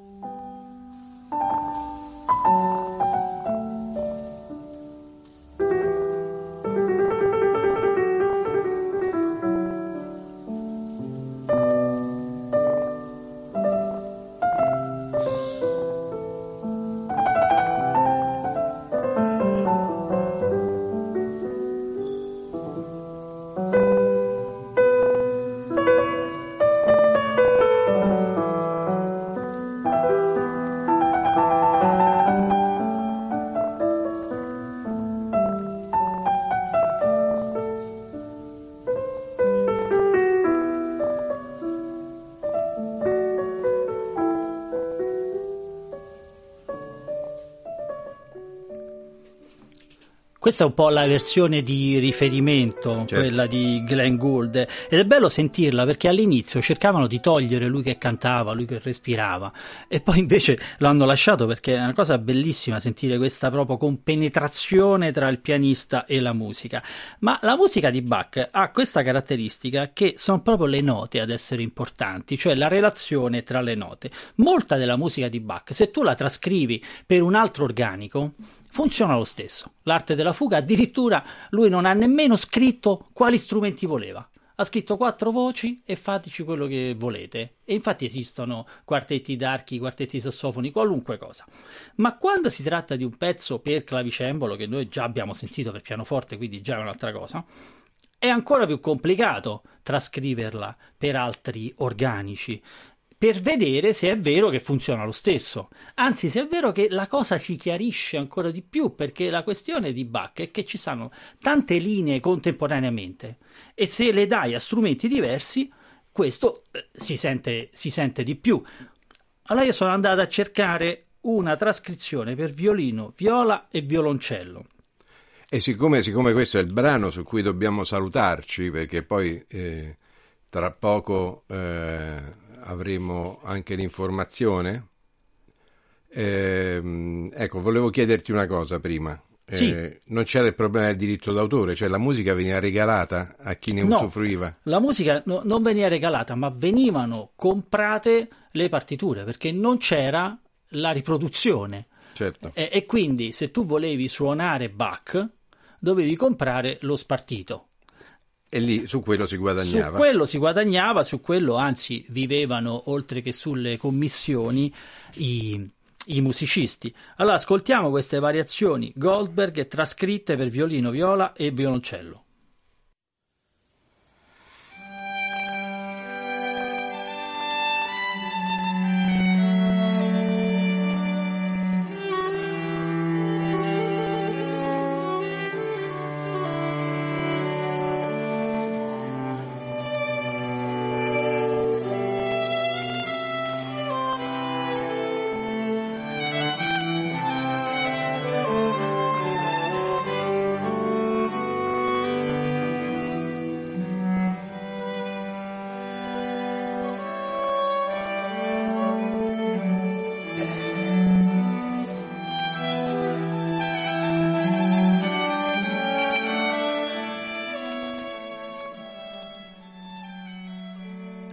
Questa è un po' la versione di riferimento, certo. Quella di Glenn Gould, ed è bello sentirla perché all'inizio cercavano di togliere lui che cantava, lui che respirava, e poi invece l'hanno lasciato, perché è una cosa bellissima sentire questa proprio compenetrazione tra il pianista e la musica. Ma la musica di Bach ha questa caratteristica che sono proprio le note ad essere importanti, cioè la relazione tra le note. Molta della musica di Bach, se tu la trascrivi per un altro organico, funziona lo stesso. L'arte della fuga, addirittura lui non ha nemmeno scritto quali strumenti voleva. Ha scritto quattro voci e fateci quello che volete. E infatti esistono quartetti d'archi, quartetti di sassofoni, qualunque cosa. Ma quando si tratta di un pezzo per clavicembalo, che noi già abbiamo sentito per pianoforte, quindi già è un'altra cosa, è ancora più complicato trascriverla per altri organici, per vedere se è vero che funziona lo stesso. Anzi, se è vero che la cosa si chiarisce ancora di più, perché la questione di Bach è che ci stanno tante linee contemporaneamente e se le dai a strumenti diversi, questo eh, si sente, si sente di più. Allora io sono andato a cercare una trascrizione per violino, viola e violoncello. E siccome, siccome questo è il brano su cui dobbiamo salutarci, perché poi eh, tra poco eh, avremo anche l'informazione, eh, ecco, volevo chiederti una cosa prima. Sì. Eh, non c'era il problema del diritto d'autore, cioè la musica veniva regalata a chi ne no, usufruiva? La musica no, non veniva regalata, ma venivano comprate le partiture, perché non c'era la riproduzione. Certo. E, e quindi se tu volevi suonare Bach dovevi comprare lo spartito. E lì su quello si guadagnava. Su quello si guadagnava, su quello anzi vivevano, oltre che sulle commissioni, i, i musicisti. Allora ascoltiamo queste variazioni Goldberg trascritte per violino, viola e violoncello.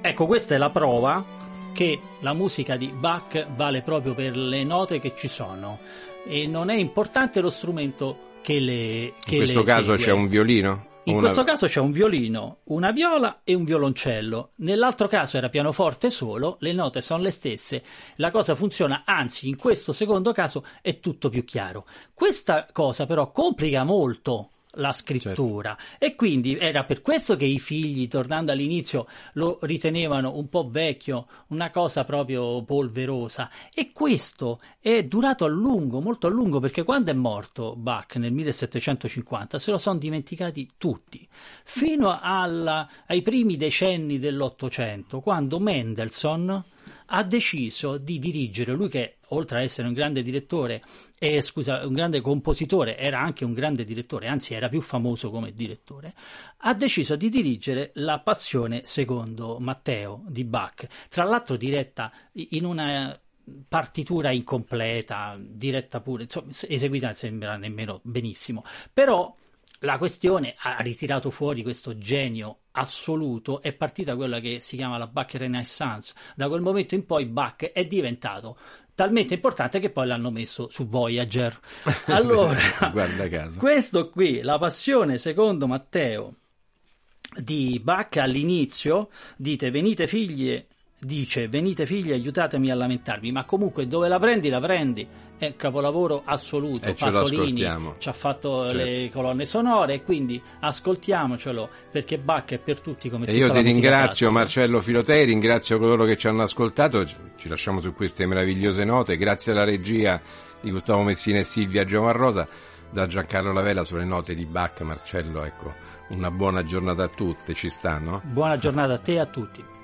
Ecco, questa è la prova che la musica di Bach vale proprio per le note che ci sono e non è importante lo strumento che le che In questo le caso segue. c'è un violino? In Una- questo caso c'è un violino, una viola e un violoncello. Nell'altro caso era pianoforte solo, le note sono le stesse, la cosa funziona, anzi in questo secondo caso è tutto più chiaro. Questa cosa però complica molto la scrittura e quindi era per questo che i figli, tornando all'inizio, lo ritenevano un po' vecchio, una cosa proprio polverosa, e questo è durato a lungo, molto a lungo, perché quando è morto Bach nel millesettecentocinquanta se lo sono dimenticati tutti, fino alla, ai primi decenni dell'Ottocento, quando Mendelssohn ha deciso di dirigere, lui che oltre a essere un grande direttore, eh, scusa, un grande compositore, era anche un grande direttore, anzi era più famoso come direttore, ha deciso di dirigere la Passione secondo Matteo di Bach, tra l'altro diretta in una partitura incompleta, diretta pure, insomma, eseguita non sembra nemmeno benissimo, però la questione ha ritirato fuori questo genio assoluto, è partita quella che si chiama la Bach Renaissance. Da quel momento in poi Bach è diventato talmente importante che poi l'hanno messo su Voyager. Allora, guarda caso. Questo qui, la Passione secondo Matteo di Bach, all'inizio dite venite figlie, dice venite figli aiutatemi a lamentarvi, ma comunque dove la prendi la prendi, è capolavoro assoluto. E ce lo Pasolini ascoltiamo. ci ha fatto Certo. le colonne sonore, quindi ascoltiamocelo perché Bach è per tutti come E tutta io la ti musica ringrazio classica. Marcello Filotei, ringrazio coloro che ci hanno ascoltato, ci lasciamo su queste meravigliose note, grazie alla regia di Gustavo Messina e Silvia Giovarrosa, da Giancarlo Lavella sulle note di Bach. Marcello, ecco, una buona giornata a tutte, ci sta, no? Buona giornata a te e a tutti.